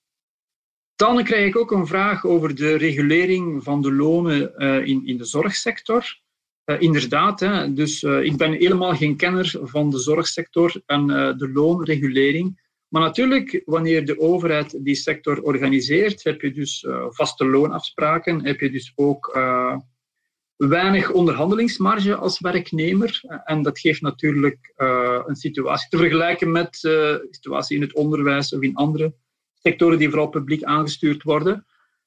Dan krijg ik ook een vraag over de regulering van de lonen uh, in, in de zorgsector. Uh, inderdaad, hè, dus uh, ik ben helemaal geen kenner van de zorgsector en uh, de loonregulering. Maar natuurlijk, wanneer de overheid die sector organiseert, heb je dus uh, vaste loonafspraken, heb je dus ook uh, weinig onderhandelingsmarge als werknemer. En dat geeft natuurlijk uh, een situatie te vergelijken met uh, de situatie in het onderwijs of in andere sectoren die vooral publiek aangestuurd worden.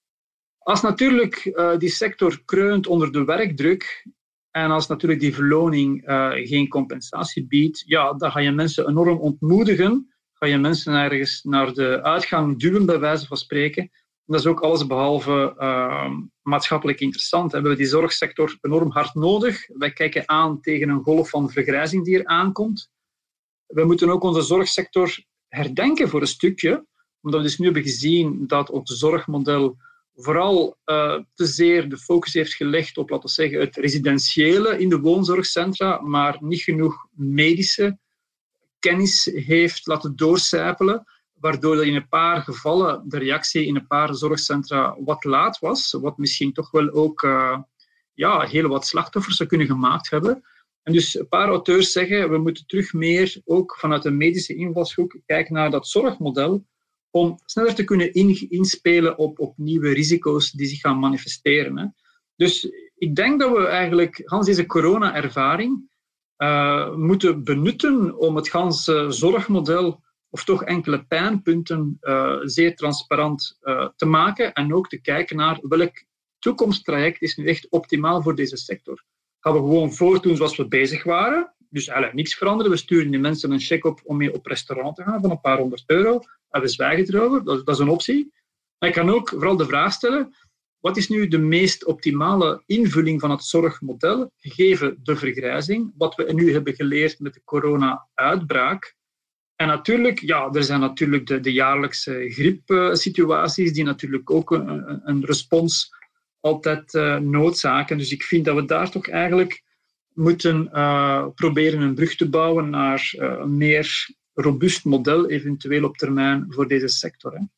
Als natuurlijk uh, die sector kreunt onder de werkdruk en als natuurlijk die verloning uh, geen compensatie biedt, ja, dan ga je mensen enorm ontmoedigen. Ga je mensen ergens naar de uitgang duwen, bij wijze van spreken. En dat is ook allesbehalve uh, maatschappelijk interessant. We hebben die zorgsector enorm hard nodig. Wij kijken aan tegen een golf van vergrijzing die er aankomt. We moeten ook onze zorgsector herdenken voor een stukje, omdat we dus nu hebben gezien dat ons zorgmodel vooral uh, te zeer de focus heeft gelegd op, laten we zeggen, het residentiële in de woonzorgcentra, maar niet genoeg medische kennis heeft laten doorcijpelen, waardoor in een paar gevallen de reactie in een paar zorgcentra wat laat was, wat misschien toch wel ook uh, ja, heel wat slachtoffers zou kunnen gemaakt hebben. En dus een paar auteurs zeggen, we moeten terug meer, ook vanuit een medische invalshoek, kijken naar dat zorgmodel, om sneller te kunnen inspelen op, op nieuwe risico's die zich gaan manifesteren. Hè. Dus ik denk dat we eigenlijk gans deze corona-ervaring uh, moeten benutten om het ganse zorgmodel, of toch enkele pijnpunten, uh, zeer transparant uh, te maken en ook te kijken naar welk toekomsttraject is nu echt optimaal voor deze sector. Gaan we gewoon voortdoen zoals we bezig waren? Dus eigenlijk niks veranderen. We sturen die mensen een cheque op om mee op restaurant te gaan van een paar honderd euro. En we zwijgen erover. Dat, dat is een optie. Maar ik kan ook vooral de vraag stellen, wat is nu de meest optimale invulling van het zorgmodel, gegeven de vergrijzing, wat we nu hebben geleerd met de corona-uitbraak? En natuurlijk, ja, er zijn natuurlijk de, de jaarlijkse griepsituaties die natuurlijk ook een, een respons altijd uh, noodzaken. Dus ik vind dat we daar toch eigenlijk moeten uh, proberen een brug te bouwen naar uh, een meer robuust model, eventueel op termijn, voor deze sector. Hè.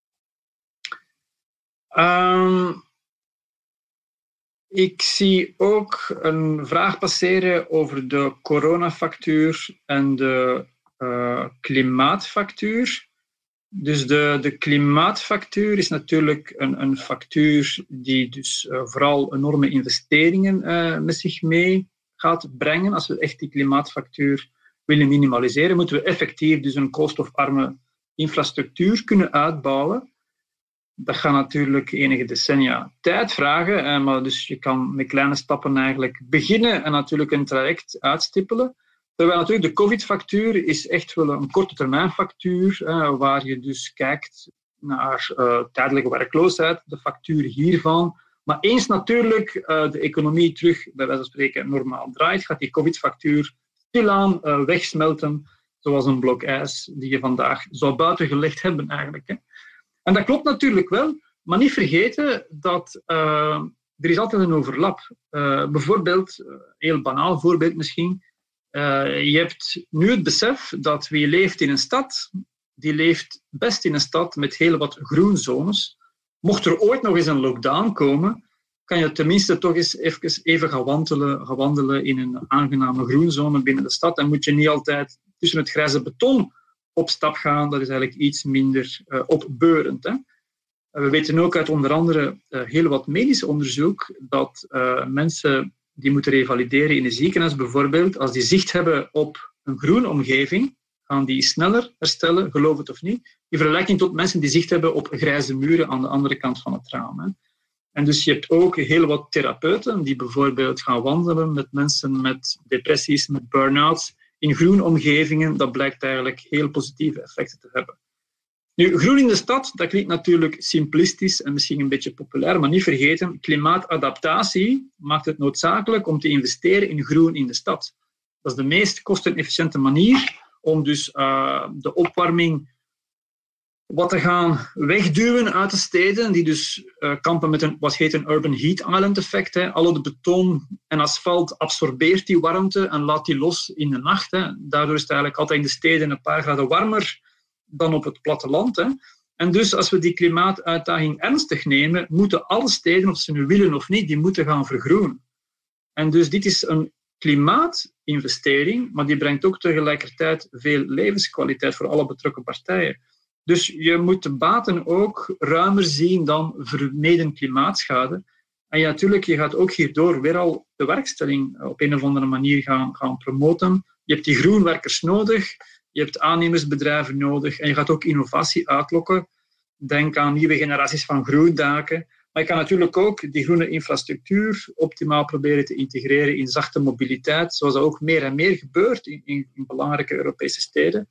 Um, ik zie ook een vraag passeren over de coronafactuur en de uh, klimaatfactuur. Dus de, de klimaatfactuur is natuurlijk een, een factuur die dus uh, vooral enorme investeringen uh, met zich mee gaat brengen. Als we echt die klimaatfactuur willen minimaliseren, moeten we effectief dus een koolstofarme infrastructuur kunnen uitbouwen. Dat gaat natuurlijk enige decennia tijd vragen, uh, maar dus je kan met kleine stappen eigenlijk beginnen en natuurlijk een traject uitstippelen. Terwijl natuurlijk de COVID-factuur is echt wel een korte termijn factuur, uh, waar je dus kijkt naar uh, tijdelijke werkloosheid, de factuur hiervan. Maar eens natuurlijk uh, de economie terug, bij wijze van spreken, normaal draait, gaat die COVID-factuur stilaan uh, wegsmelten, zoals een blok ijs die je vandaag zou buitengelegd hebben eigenlijk. Hè. En dat klopt natuurlijk wel, maar niet vergeten dat uh, er is altijd een overlap. Uh, bijvoorbeeld, een uh, heel banaal voorbeeld misschien, Uh, je hebt nu het besef dat wie leeft in een stad, die leeft best in een stad met heel wat groenzones. Mocht er ooit nog eens een lockdown komen, kan je tenminste toch eens even, even gaan, wandelen, gaan wandelen in een aangename groenzone binnen de stad. En moet je niet altijd tussen het grijze beton op stap gaan. Dat is eigenlijk iets minder uh, opbeurend. Hè. We weten ook uit onder andere uh, heel wat medisch onderzoek dat uh, mensen die moeten revalideren in een ziekenhuis bijvoorbeeld, als die zicht hebben op een groene omgeving, gaan die sneller herstellen, geloof het of niet, in vergelijking tot mensen die zicht hebben op grijze muren aan de andere kant van het raam. Hè. En dus je hebt ook heel wat therapeuten die bijvoorbeeld gaan wandelen met mensen met depressies, met burn-outs, in groene omgevingen. Dat blijkt eigenlijk heel positieve effecten te hebben. Nu, groen in de stad, dat klinkt natuurlijk simplistisch en misschien een beetje populair, maar niet vergeten, klimaatadaptatie maakt het noodzakelijk om te investeren in groen in de stad. Dat is de meest kostenefficiënte manier om dus uh, de opwarming wat te gaan wegduwen uit de steden, die dus uh, kampen met een, wat heet een urban heat island effect. Hè. Al het beton en asfalt absorbeert die warmte en laat die los in de nacht. Hè. Daardoor is het eigenlijk altijd in de steden een paar graden warmer dan op het platteland. Hè. En dus als we die klimaatuitdaging ernstig nemen, moeten alle steden, of ze nu willen of niet, die moeten gaan vergroenen. En dus dit is een klimaatinvestering, maar die brengt ook tegelijkertijd veel levenskwaliteit voor alle betrokken partijen. Dus je moet de baten ook ruimer zien dan vermeden klimaatschade. En ja, natuurlijk, je gaat ook hierdoor weer al de werkstelling op een of andere manier gaan, gaan promoten. Je hebt die groenwerkers nodig, je hebt aannemersbedrijven nodig en je gaat ook innovatie uitlokken. Denk aan nieuwe generaties van groendaken. Maar je kan natuurlijk ook die groene infrastructuur optimaal proberen te integreren in zachte mobiliteit, zoals dat ook meer en meer gebeurt in, in, in belangrijke Europese steden.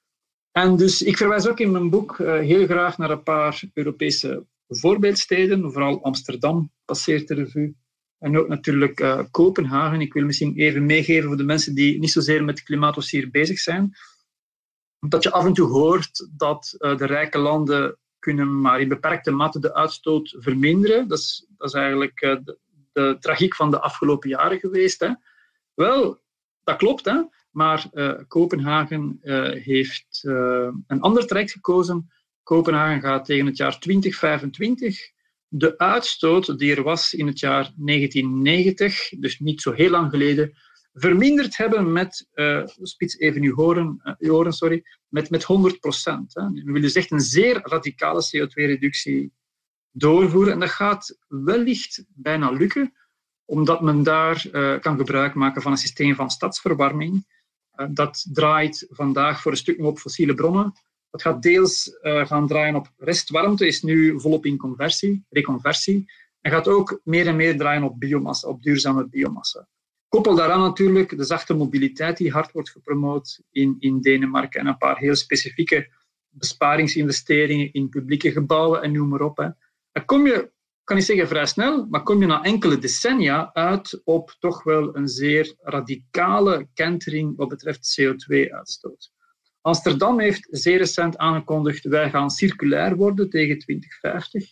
En dus ik verwijs ook in mijn boek uh, heel graag naar een paar Europese voorbeeldsteden. Vooral Amsterdam passeert de revue. En ook natuurlijk uh, Kopenhagen. Ik wil misschien even meegeven voor de mensen die niet zozeer met klimaatdossier bezig zijn. Dat je af en toe hoort dat uh, de rijke landen kunnen maar in beperkte mate de uitstoot verminderen. Dat is, dat is eigenlijk uh, de, de tragiek van de afgelopen jaren geweest. Hè. Wel, dat klopt, hè. Maar uh, Kopenhagen uh, heeft uh, een ander traject gekozen. Kopenhagen gaat tegen het jaar twintig vijfentwintig de uitstoot die er was in het jaar negentien negentig, dus niet zo heel lang geleden, verminderd hebben met, uh, spits even uw oren, uh, uw oren sorry, met, met honderd procent. Hè. We willen dus echt een zeer radicale C O twee reductie doorvoeren. En dat gaat wellicht bijna lukken, omdat men daar uh, kan gebruik maken van een systeem van stadsverwarming. Uh, dat draait vandaag voor een stuk nog op fossiele bronnen. Dat gaat deels uh, gaan draaien op restwarmte, is nu volop in conversie, reconversie. En gaat ook meer en meer draaien op biomassa, op duurzame biomassa. Koppel daaraan natuurlijk de zachte mobiliteit die hard wordt gepromoot in, in Denemarken en een paar heel specifieke besparingsinvesteringen in publieke gebouwen en noem maar op. Hè. Dan kom je, kan ik zeggen vrij snel, maar kom je na enkele decennia uit op toch wel een zeer radicale kentering wat betreft C O twee uitstoot. Amsterdam heeft zeer recent aangekondigd, wij gaan circulair worden tegen twintig vijftig.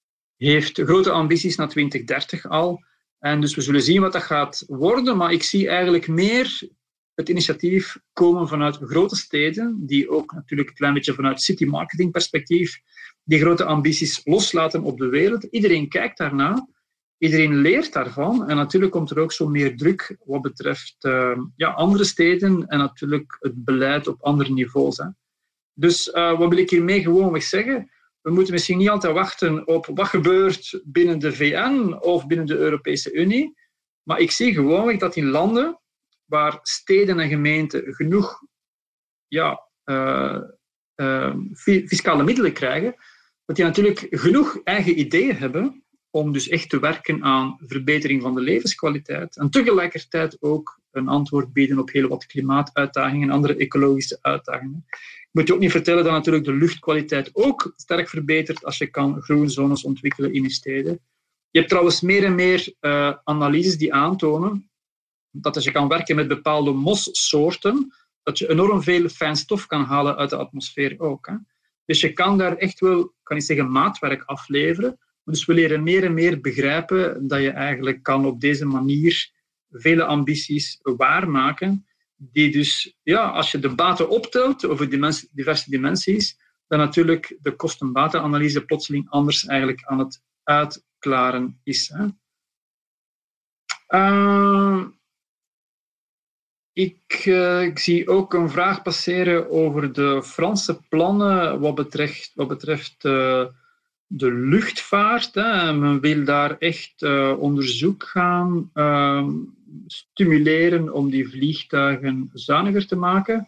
Heeft grote ambities naar twintig dertig al. En dus we zullen zien wat dat gaat worden, maar ik zie eigenlijk meer het initiatief komen vanuit grote steden, die ook natuurlijk een klein beetje vanuit city marketing perspectief die grote ambities loslaten op de wereld. Iedereen kijkt daarna, iedereen leert daarvan en natuurlijk komt er ook zo meer druk wat betreft uh, ja, andere steden en natuurlijk het beleid op andere niveaus. Hè. Dus uh, wat wil ik hiermee gewoonweg zeggen? We moeten misschien niet altijd wachten op wat gebeurt binnen de V N of binnen de Europese Unie, maar ik zie gewoonweg dat in landen waar steden en gemeenten genoeg ja, uh, uh, fiscale middelen krijgen, dat die natuurlijk genoeg eigen ideeën hebben om dus echt te werken aan verbetering van de levenskwaliteit en tegelijkertijd ook een antwoord bieden op heel wat klimaatuitdagingen en andere ecologische uitdagingen. Ik moet je ook niet vertellen dat natuurlijk de luchtkwaliteit ook sterk verbetert als je kan groenzones ontwikkelen in je steden. Je hebt trouwens meer en meer uh, analyses die aantonen dat als je kan werken met bepaalde mossoorten, dat je enorm veel fijn stof kan halen uit de atmosfeer ook. Hè. Dus je kan daar echt wel, kan ik zeggen, maatwerk afleveren. Dus we leren meer en meer begrijpen dat je eigenlijk kan op deze manier vele ambities waarmaken, die dus, ja, als je de baten optelt over diverse dimensies, dan natuurlijk de kosten-batenanalyse plotseling anders eigenlijk aan het uitklaren is. Hè. Uh, ik, uh, ik zie ook een vraag passeren over de Franse plannen wat betreft, wat betreft uh, de luchtvaart. Hè. Men wil daar echt uh, onderzoek gaan uh, stimuleren om die vliegtuigen zuiniger te maken.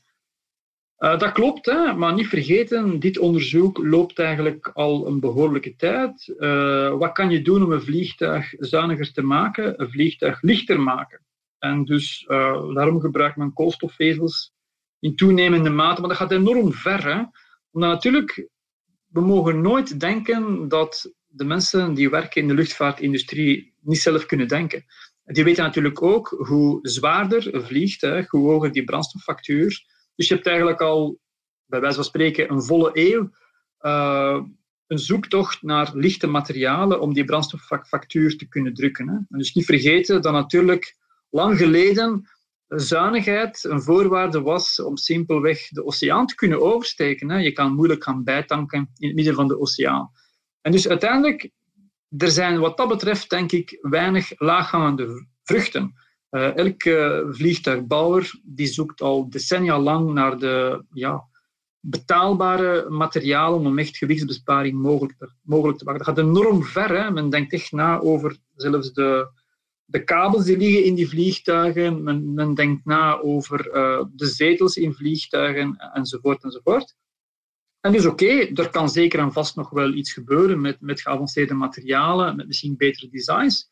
Uh, dat klopt, hè, maar niet vergeten, dit onderzoek loopt eigenlijk al een behoorlijke tijd. Uh, wat kan je doen om een vliegtuig zuiniger te maken? Een vliegtuig lichter maken. En dus uh, daarom gebruikt men koolstofvezels in toenemende mate. Maar dat gaat enorm ver. Hè? Omdat natuurlijk, we mogen nooit denken dat de mensen die werken in de luchtvaartindustrie niet zelf kunnen denken. Die weten natuurlijk ook hoe zwaarder een vliegtuig, hoe hoger die brandstoffactuur. Dus je hebt eigenlijk al, bij wijze van spreken, een volle eeuw uh, een zoektocht naar lichte materialen om die brandstoffactuur te kunnen drukken. Hè. En dus niet vergeten dat natuurlijk lang geleden zuinigheid een voorwaarde was om simpelweg de oceaan te kunnen oversteken. Hè. Je kan moeilijk gaan bijtanken in het midden van de oceaan. En dus uiteindelijk, er zijn wat dat betreft, denk ik, weinig laaghangende vruchten. Uh, elke vliegtuigbouwer die zoekt al decennia lang naar de ja, betaalbare materialen om echt gewichtsbesparing mogelijk te, mogelijk te maken. Dat gaat enorm ver. Hè? Men denkt echt na over zelfs de, de kabels die liggen in die vliegtuigen. Men, men denkt na over uh, de zetels in vliegtuigen enzovoort enzovoort. En dus oké, okay, er kan zeker en vast nog wel iets gebeuren met, met geavanceerde materialen, met misschien betere designs.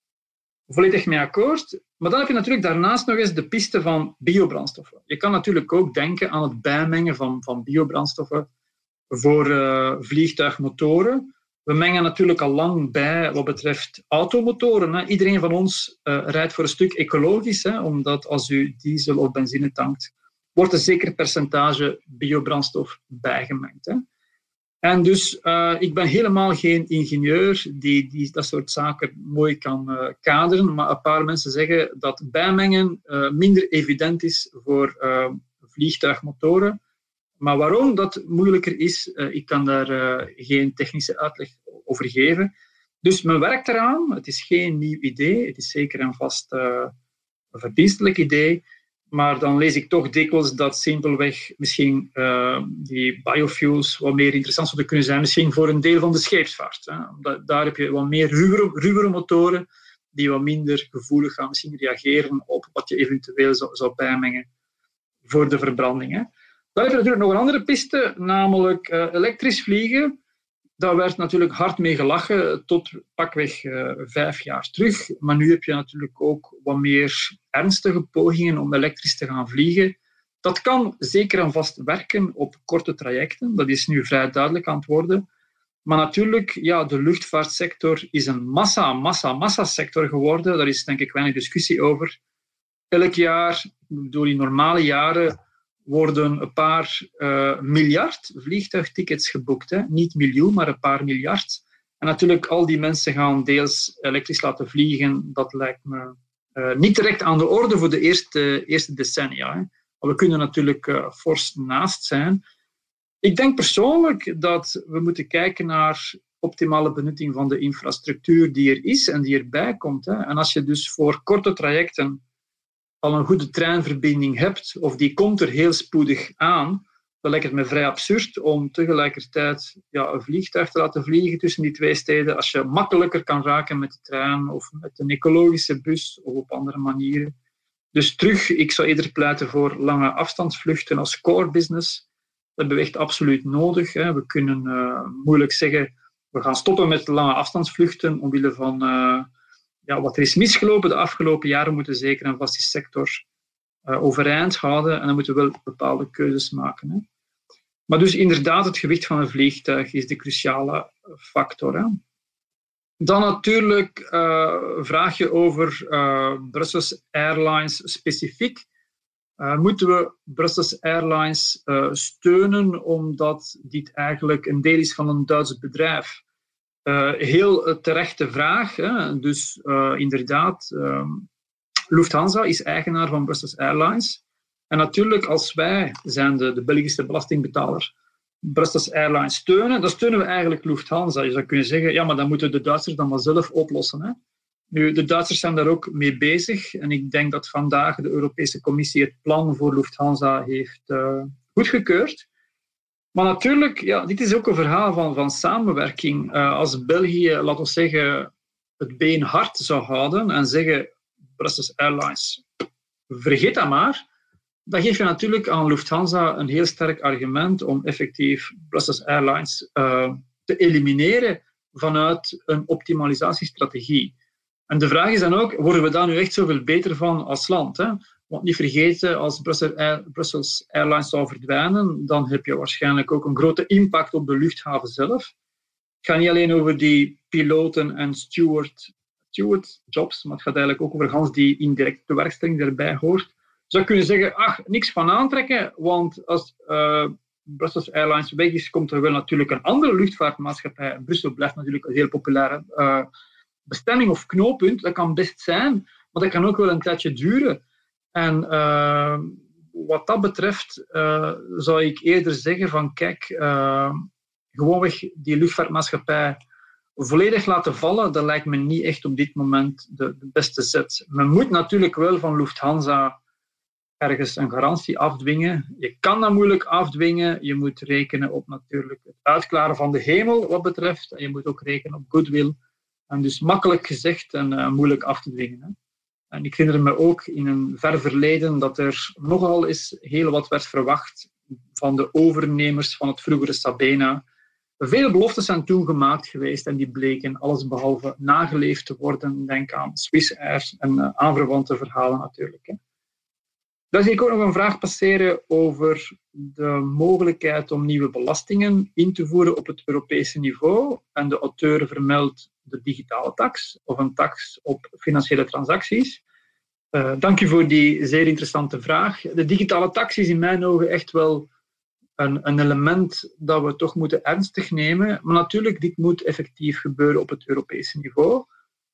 Volledig mee akkoord. Maar dan heb je natuurlijk daarnaast nog eens de piste van biobrandstoffen. Je kan natuurlijk ook denken aan het bijmengen van, van biobrandstoffen voor uh, vliegtuigmotoren. We mengen natuurlijk al lang bij wat betreft automotoren. Hè. Iedereen van ons uh, rijdt voor een stuk ecologisch, hè, omdat als u diesel of benzine tankt, wordt een zeker percentage biobrandstof bijgemengd. Hè. En dus, uh, ik ben helemaal geen ingenieur die, die dat soort zaken mooi kan uh, kaderen, maar een paar mensen zeggen dat bijmengen uh, minder evident is voor uh, vliegtuigmotoren. Maar waarom dat moeilijker is, uh, ik kan daar uh, geen technische uitleg over geven. Dus men werkt eraan, het is geen nieuw idee, het is zeker en vast uh, een verdienstelijk idee. Maar dan lees ik toch dikwijls dat simpelweg misschien uh, die biofuels wat meer interessant zouden kunnen zijn, misschien voor een deel van de scheepsvaart. Hè. Da- daar heb je wat meer ruwere, ruwere motoren die wat minder gevoelig gaan misschien reageren op wat je eventueel zou, zou bijmengen voor de verbranding. Hè. Dan heb je natuurlijk nog een andere piste, namelijk uh, elektrisch vliegen. Daar werd natuurlijk hard mee gelachen tot pakweg uh, vijf jaar terug. Maar nu heb je natuurlijk ook wat meer ernstige pogingen om elektrisch te gaan vliegen. Dat kan zeker en vast werken op korte trajecten. Dat is nu vrij duidelijk aan het worden. Maar natuurlijk, ja, de luchtvaartsector is een massa, massa, massa sector geworden. Daar is denk ik weinig discussie over. Elk jaar, door die normale jaren, worden een paar uh, miljard vliegtuigtickets geboekt. Hè. Niet miljoen, maar een paar miljard. En natuurlijk, al die mensen gaan deels elektrisch laten vliegen. Dat lijkt me uh, niet direct aan de orde voor de eerste, eerste decennia. Hè. Maar we kunnen natuurlijk uh, fors naast zijn. Ik denk persoonlijk dat we moeten kijken naar optimale benutting van de infrastructuur die er is en die erbij komt. Hè. En als je dus voor korte trajecten al een goede treinverbinding hebt, of die komt er heel spoedig aan, dan lijkt het me vrij absurd om tegelijkertijd ja, een vliegtuig te laten vliegen tussen die twee steden, als je makkelijker kan raken met de trein of met een ecologische bus of op andere manieren. Dus terug, ik zou eerder pleiten voor lange afstandsvluchten als core business. Dat hebben we echt absoluut nodig. Hè. We kunnen uh, moeilijk zeggen, we gaan stoppen met lange afstandsvluchten omwille van Uh, Ja, wat er is misgelopen de afgelopen jaren, moeten we zeker en vast die sector uh, overeind houden. En dan moeten we wel bepaalde keuzes maken. Hè. Maar dus inderdaad, het gewicht van een vliegtuig is de cruciale factor. Hè. Dan natuurlijk uh, vraag je over uh, Brussels Airlines specifiek. Uh, moeten we Brussels Airlines uh, steunen omdat dit eigenlijk een deel is van een Duits bedrijf? Uh, heel terechte vraag. Hè. Dus uh, inderdaad, uh, Lufthansa is eigenaar van Brussels Airlines. En natuurlijk, als wij zijn de, de Belgische belastingbetaler Brussels Airlines steunen, dan steunen we eigenlijk Lufthansa. Je zou kunnen zeggen, ja, maar dan moeten de Duitsers dan maar zelf oplossen. Hè. Nu, de Duitsers zijn daar ook mee bezig en ik denk dat vandaag de Europese Commissie het plan voor Lufthansa heeft uh, goedgekeurd. Maar natuurlijk, ja, dit is ook een verhaal van, van samenwerking. Uh, als België, laten we zeggen, het been hard zou houden en zeggen, Brussels Airlines, vergeet dat maar, dan geef je natuurlijk aan Lufthansa een heel sterk argument om effectief Brussels Airlines uh, te elimineren vanuit een optimalisatiestrategie. En de vraag is dan ook, worden we daar nu echt zoveel beter van als land? Hè? Want niet vergeten, als Brussels Airlines zou verdwijnen, dan heb je waarschijnlijk ook een grote impact op de luchthaven zelf. Het gaat niet alleen over die piloten en steward, steward jobs, maar het gaat eigenlijk ook over gans die indirecte werkstelling die erbij hoort. Je zou kunnen zeggen, ach, niks van aantrekken, want als uh, Brussels Airlines weg is, komt er wel natuurlijk een andere luchtvaartmaatschappij. Brussel blijft natuurlijk een heel populaire uh, bestemming of knooppunt. Dat kan best zijn, maar dat kan ook wel een tijdje duren. En uh, wat dat betreft uh, zou ik eerder zeggen van kijk, uh, gewoonweg die luchtvaartmaatschappij volledig laten vallen, dat lijkt me niet echt op dit moment de, de beste zet. Men moet natuurlijk wel van Lufthansa ergens een garantie afdwingen. Je kan dat moeilijk afdwingen. Je moet rekenen op natuurlijk het uitklaren van de hemel wat betreft. En je moet ook rekenen op goodwill. En dus makkelijk gezegd en uh, moeilijk af te dwingen. Hè. En ik herinner me ook in een ver verleden dat er nogal eens heel wat werd verwacht van de overnemers van het vroegere Sabena. Veel beloftes zijn toen gemaakt geweest en die bleken allesbehalve nageleefd te worden. Denk aan Swiss Air en uh, aanverwante verhalen natuurlijk. Hè. Dan zie ik ook nog een vraag passeren over de mogelijkheid om nieuwe belastingen in te voeren op het Europese niveau. En de auteur vermeldt de digitale tax of een tax op financiële transacties. Uh, dank u voor die zeer interessante vraag. De digitale tax is in mijn ogen echt wel een, een element dat we toch moeten ernstig nemen. Maar natuurlijk, dit moet effectief gebeuren op het Europese niveau.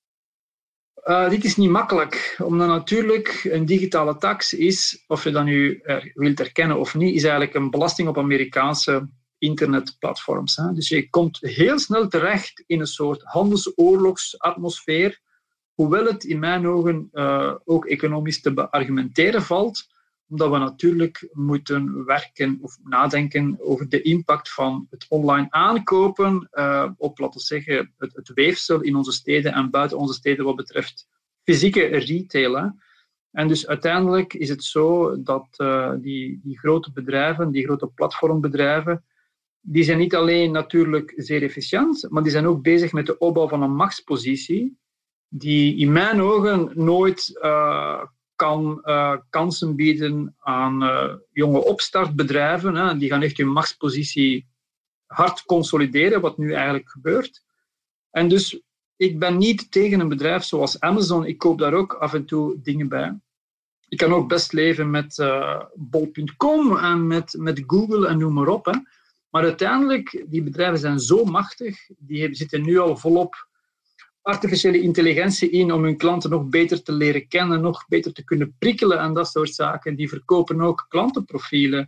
Uh, dit is niet makkelijk, omdat natuurlijk een digitale tax is, of je dat nu er, wilt erkennen of niet, is eigenlijk een belasting op Amerikaanse internetplatforms. Hè. Dus je komt heel snel terecht in een soort handelsoorlogsatmosfeer, hoewel het in mijn ogen uh, ook economisch te beargumenteren valt, omdat we natuurlijk moeten werken of nadenken over de impact van het online aankopen uh, op, laten we zeggen, het, het weefsel in onze steden en buiten onze steden wat betreft fysieke retail. Hè. En dus uiteindelijk is het zo dat uh, die, die grote bedrijven, die grote platformbedrijven, die zijn niet alleen natuurlijk zeer efficiënt, maar die zijn ook bezig met de opbouw van een machtspositie die in mijn ogen nooit uh, kan uh, kansen bieden aan uh, jonge opstartbedrijven. Hè. Die gaan echt hun machtspositie hard consolideren, wat nu eigenlijk gebeurt. En dus, ik ben niet tegen een bedrijf zoals Amazon. Ik koop daar ook af en toe dingen bij. Ik kan ook best leven met uh, bol punt com en met, met Google en noem maar op. Hè. Maar uiteindelijk, die bedrijven zijn zo machtig, die zitten nu al volop artificiële intelligentie in om hun klanten nog beter te leren kennen, nog beter te kunnen prikkelen en dat soort zaken. Die verkopen ook klantenprofielen.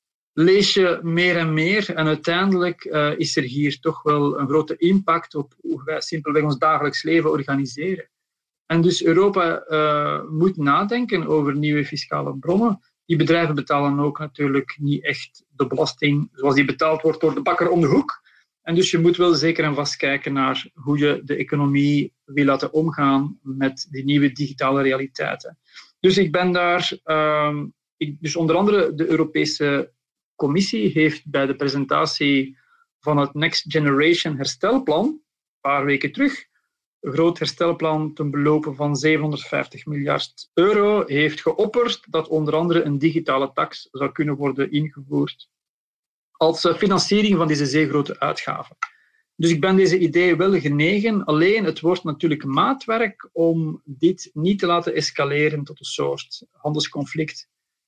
Lees je meer en meer en uiteindelijk uh, is er hier toch wel een grote impact op hoe wij simpelweg ons dagelijks leven organiseren. En dus Europa uh, moet nadenken over nieuwe fiscale bronnen. Die bedrijven betalen ook natuurlijk niet echt de belasting zoals die betaald wordt door de bakker om de hoek. En dus je moet wel zeker en vast kijken naar hoe je de economie wil laten omgaan met die nieuwe digitale realiteiten. Dus ik ben daar... Uh, ik, dus onder andere de Europese Commissie heeft bij de presentatie van het Next Generation herstelplan, een paar weken terug, een groot herstelplan ten belope van zevenhonderdvijftig miljard euro, heeft geopperd dat onder andere een digitale tax zou kunnen worden ingevoerd als financiering van deze zeer grote uitgaven. Dus ik ben deze idee wel genegen, alleen het wordt natuurlijk maatwerk om dit niet te laten escaleren tot een soort handelsconflict,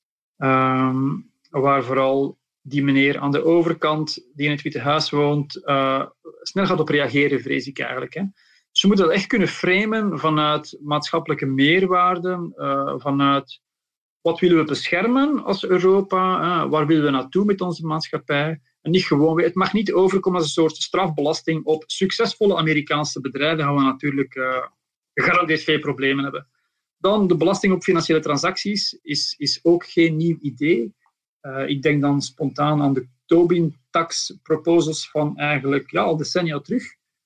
um, waar vooral die meneer aan de overkant, die in het Witte Huis woont, uh, snel gaat op reageren, vrees ik eigenlijk. Hè. Dus we moeten dat echt kunnen framen vanuit maatschappelijke meerwaarden, uh, vanuit wat willen we beschermen als Europa, uh, waar willen we naartoe met onze maatschappij. En niet gewoon, het mag niet overkomen als een soort strafbelasting op succesvolle Amerikaanse bedrijven. Daar gaan we natuurlijk uh, gegarandeerd veel problemen hebben. Dan de belasting op financiële transacties is, is ook geen nieuw idee. Uh, ik denk dan spontaan aan de Tobin-tax-proposals van eigenlijk ja, al decennia terug.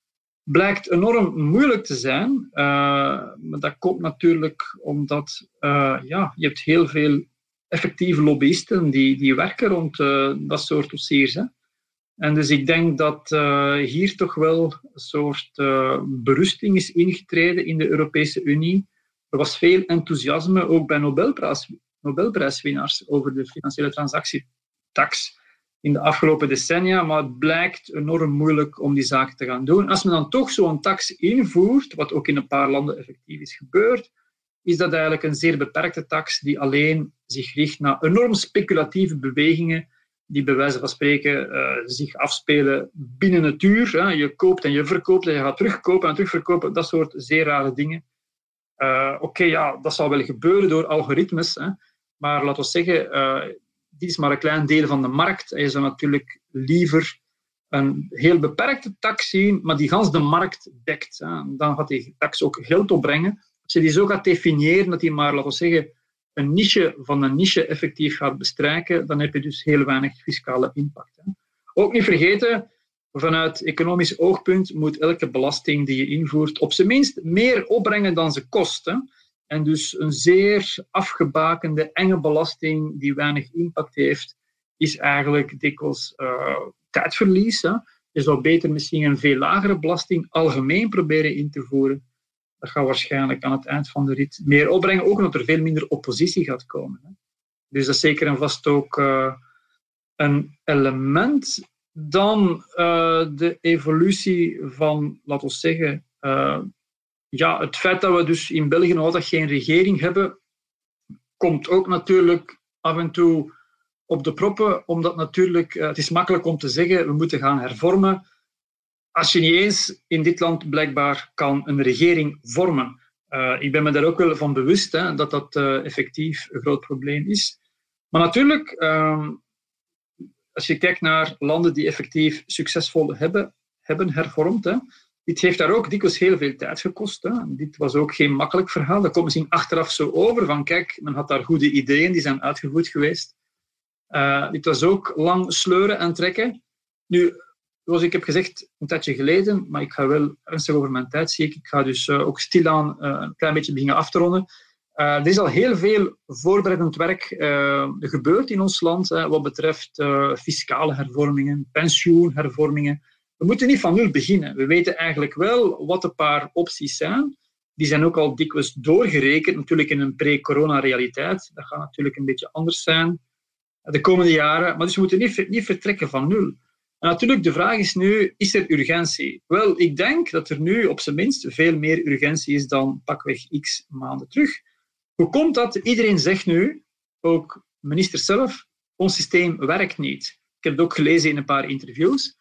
Blijkt enorm moeilijk te zijn, uh, maar dat komt natuurlijk omdat uh, ja, je hebt heel veel effectieve lobbyisten die, die werken rond uh, dat soort dossiers. Hè. En dus ik denk dat uh, hier toch wel een soort uh, berusting is ingetreden in de Europese Unie. Er was veel enthousiasme, ook bij Nobelprijs, Nobelprijswinnaars, over de financiële transactietax in de afgelopen decennia, maar het blijkt enorm moeilijk om die zaken te gaan doen. Als men dan toch zo'n tax invoert, wat ook in een paar landen effectief is gebeurd, is dat eigenlijk een zeer beperkte tax die alleen zich richt naar enorm speculatieve bewegingen die bij wijze van spreken uh, zich afspelen binnen het uur. Hè. Je koopt en je verkoopt en je gaat terugkopen en terugverkopen, dat soort zeer rare dingen. Uh, Oké, okay, ja, dat zal wel gebeuren door algoritmes, hè. Maar laten we zeggen, uh, dit is maar een klein deel van de markt. En je zou natuurlijk liever een heel beperkte tax zien, maar die gans de markt dekt. Hè. Dan gaat die tax ook geld opbrengen. Als je die zo gaat definiëren dat die maar, laten we zeggen, een niche van een niche effectief gaat bestrijken, dan heb je dus heel weinig fiscale impact. Hè. Ook niet vergeten, vanuit economisch oogpunt moet elke belasting die je invoert op zijn minst meer opbrengen dan ze kost. Hè. En dus een zeer afgebakende, enge belasting die weinig impact heeft, is eigenlijk dikwijls uh, tijdverlies. Hè. Je zou beter misschien een veel lagere belasting algemeen proberen in te voeren. Dat gaat waarschijnlijk aan het eind van de rit meer opbrengen, ook omdat er veel minder oppositie gaat komen. Hè. Dus dat is zeker en vast ook uh, een element. Dan uh, de evolutie van, laten we zeggen, uh, ja, het feit dat we dus in België nog altijd geen regering hebben, komt ook natuurlijk af en toe op de proppen, omdat natuurlijk, uh, het is makkelijk om te zeggen, we moeten gaan hervormen, als je niet eens in dit land blijkbaar kan een regering vormen. Uh, ik ben me daar ook wel van bewust, hè, dat dat uh, effectief een groot probleem is. Maar natuurlijk, uh, als je kijkt naar landen die effectief succesvol hebben, hebben hervormd, hè, dit heeft daar ook dikwijls heel veel tijd gekost. Hè. Dit was ook geen makkelijk verhaal. Dat komt misschien achteraf zo over, van kijk, men had daar goede ideeën, die zijn uitgevoerd geweest. Uh, dit was ook lang sleuren en trekken. Nu, zoals ik heb gezegd een tijdje geleden, maar ik ga wel ernstig over mijn tijd, zie ik. Ik ga dus uh, ook stilaan uh, een klein beetje beginnen af te ronden. Uh, er is al heel veel voorbereidend werk uh, gebeurd in ons land, uh, wat betreft uh, fiscale hervormingen, pensioenhervormingen. We moeten niet van nul beginnen. We weten eigenlijk wel wat een paar opties zijn. Die zijn ook al dikwijls doorgerekend, natuurlijk in een pre-corona-realiteit. Dat gaat natuurlijk een beetje anders zijn de komende jaren. Maar dus we moeten niet, niet vertrekken van nul. En natuurlijk, de vraag is nu, is er urgentie? Wel, ik denk dat er nu op zijn minst veel meer urgentie is dan pakweg x maanden terug. Hoe komt dat? Iedereen zegt nu, ook minister zelf, ons systeem werkt niet. Ik heb het ook gelezen in een paar interviews.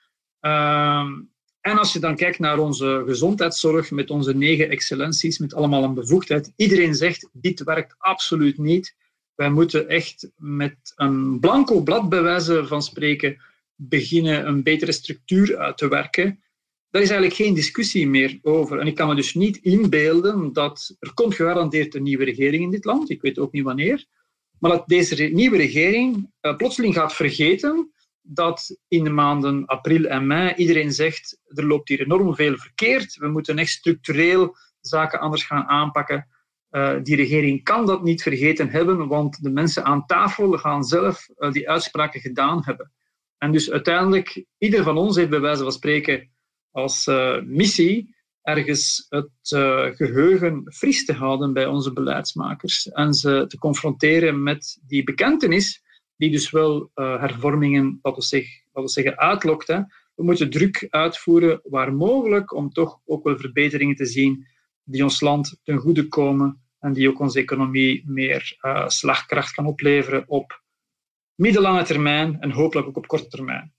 Um, en als je dan kijkt naar onze gezondheidszorg met onze negen excellenties, met allemaal een bevoegdheid, iedereen zegt, dit werkt absoluut niet. Wij moeten echt met een blanco blad, bij wijze van spreken, beginnen een betere structuur uit te werken. Daar is eigenlijk geen discussie meer over. En ik kan me dus niet inbeelden dat er komt gegarandeerd een nieuwe regering in dit land. Ik weet ook niet wanneer. Maar dat deze nieuwe regering uh, plotseling gaat vergeten dat in de maanden april en mei iedereen zegt er loopt hier enorm veel verkeerd. We moeten echt structureel zaken anders gaan aanpakken. Uh, die regering kan dat niet vergeten hebben, want de mensen aan tafel gaan zelf uh, die uitspraken gedaan hebben. En dus uiteindelijk, ieder van ons heeft bij wijze van spreken als uh, missie ergens het uh, geheugen fris te houden bij onze beleidsmakers en ze te confronteren met die bekentenis die dus wel uh, hervormingen, laten we zeggen, laten we zeggen uitlokt. Hè. We moeten druk uitvoeren waar mogelijk om toch ook wel verbeteringen te zien die ons land ten goede komen en die ook onze economie meer uh, slagkracht kan opleveren op middellange termijn en hopelijk ook op korte termijn.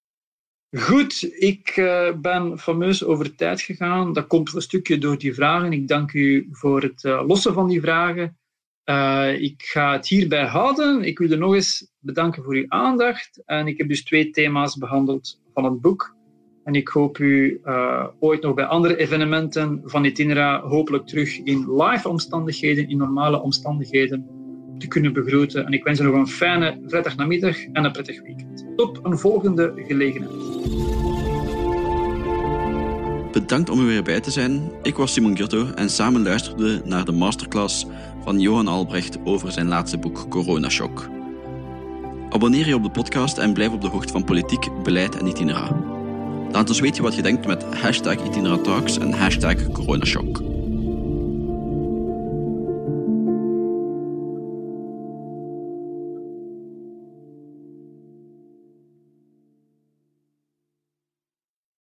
Goed, ik uh, ben fameus over tijd gegaan. Dat komt voor een stukje door die vragen. Ik dank u voor het uh, lossen van die vragen. Uh, ik ga het hierbij houden. Ik wil u nog eens bedanken voor uw aandacht. En ik heb dus twee thema's behandeld van het boek. En ik hoop u uh, ooit nog bij andere evenementen van Itinera hopelijk terug in live omstandigheden, in normale omstandigheden te kunnen begroeten. En ik wens u nog een fijne vrijdagnamiddag en een prettig weekend. Tot een volgende gelegenheid.
Bedankt om er weer bij te zijn. Ik was Simon Giotto en samen luisterden we naar de masterclass van Johan Albrecht over zijn laatste boek Coronashock. Abonneer je op de podcast en blijf op de hoogte van politiek, beleid en Itinera. Laat ons weten wat je denkt met hashtag Itinera Talks en hashtag Coronashock.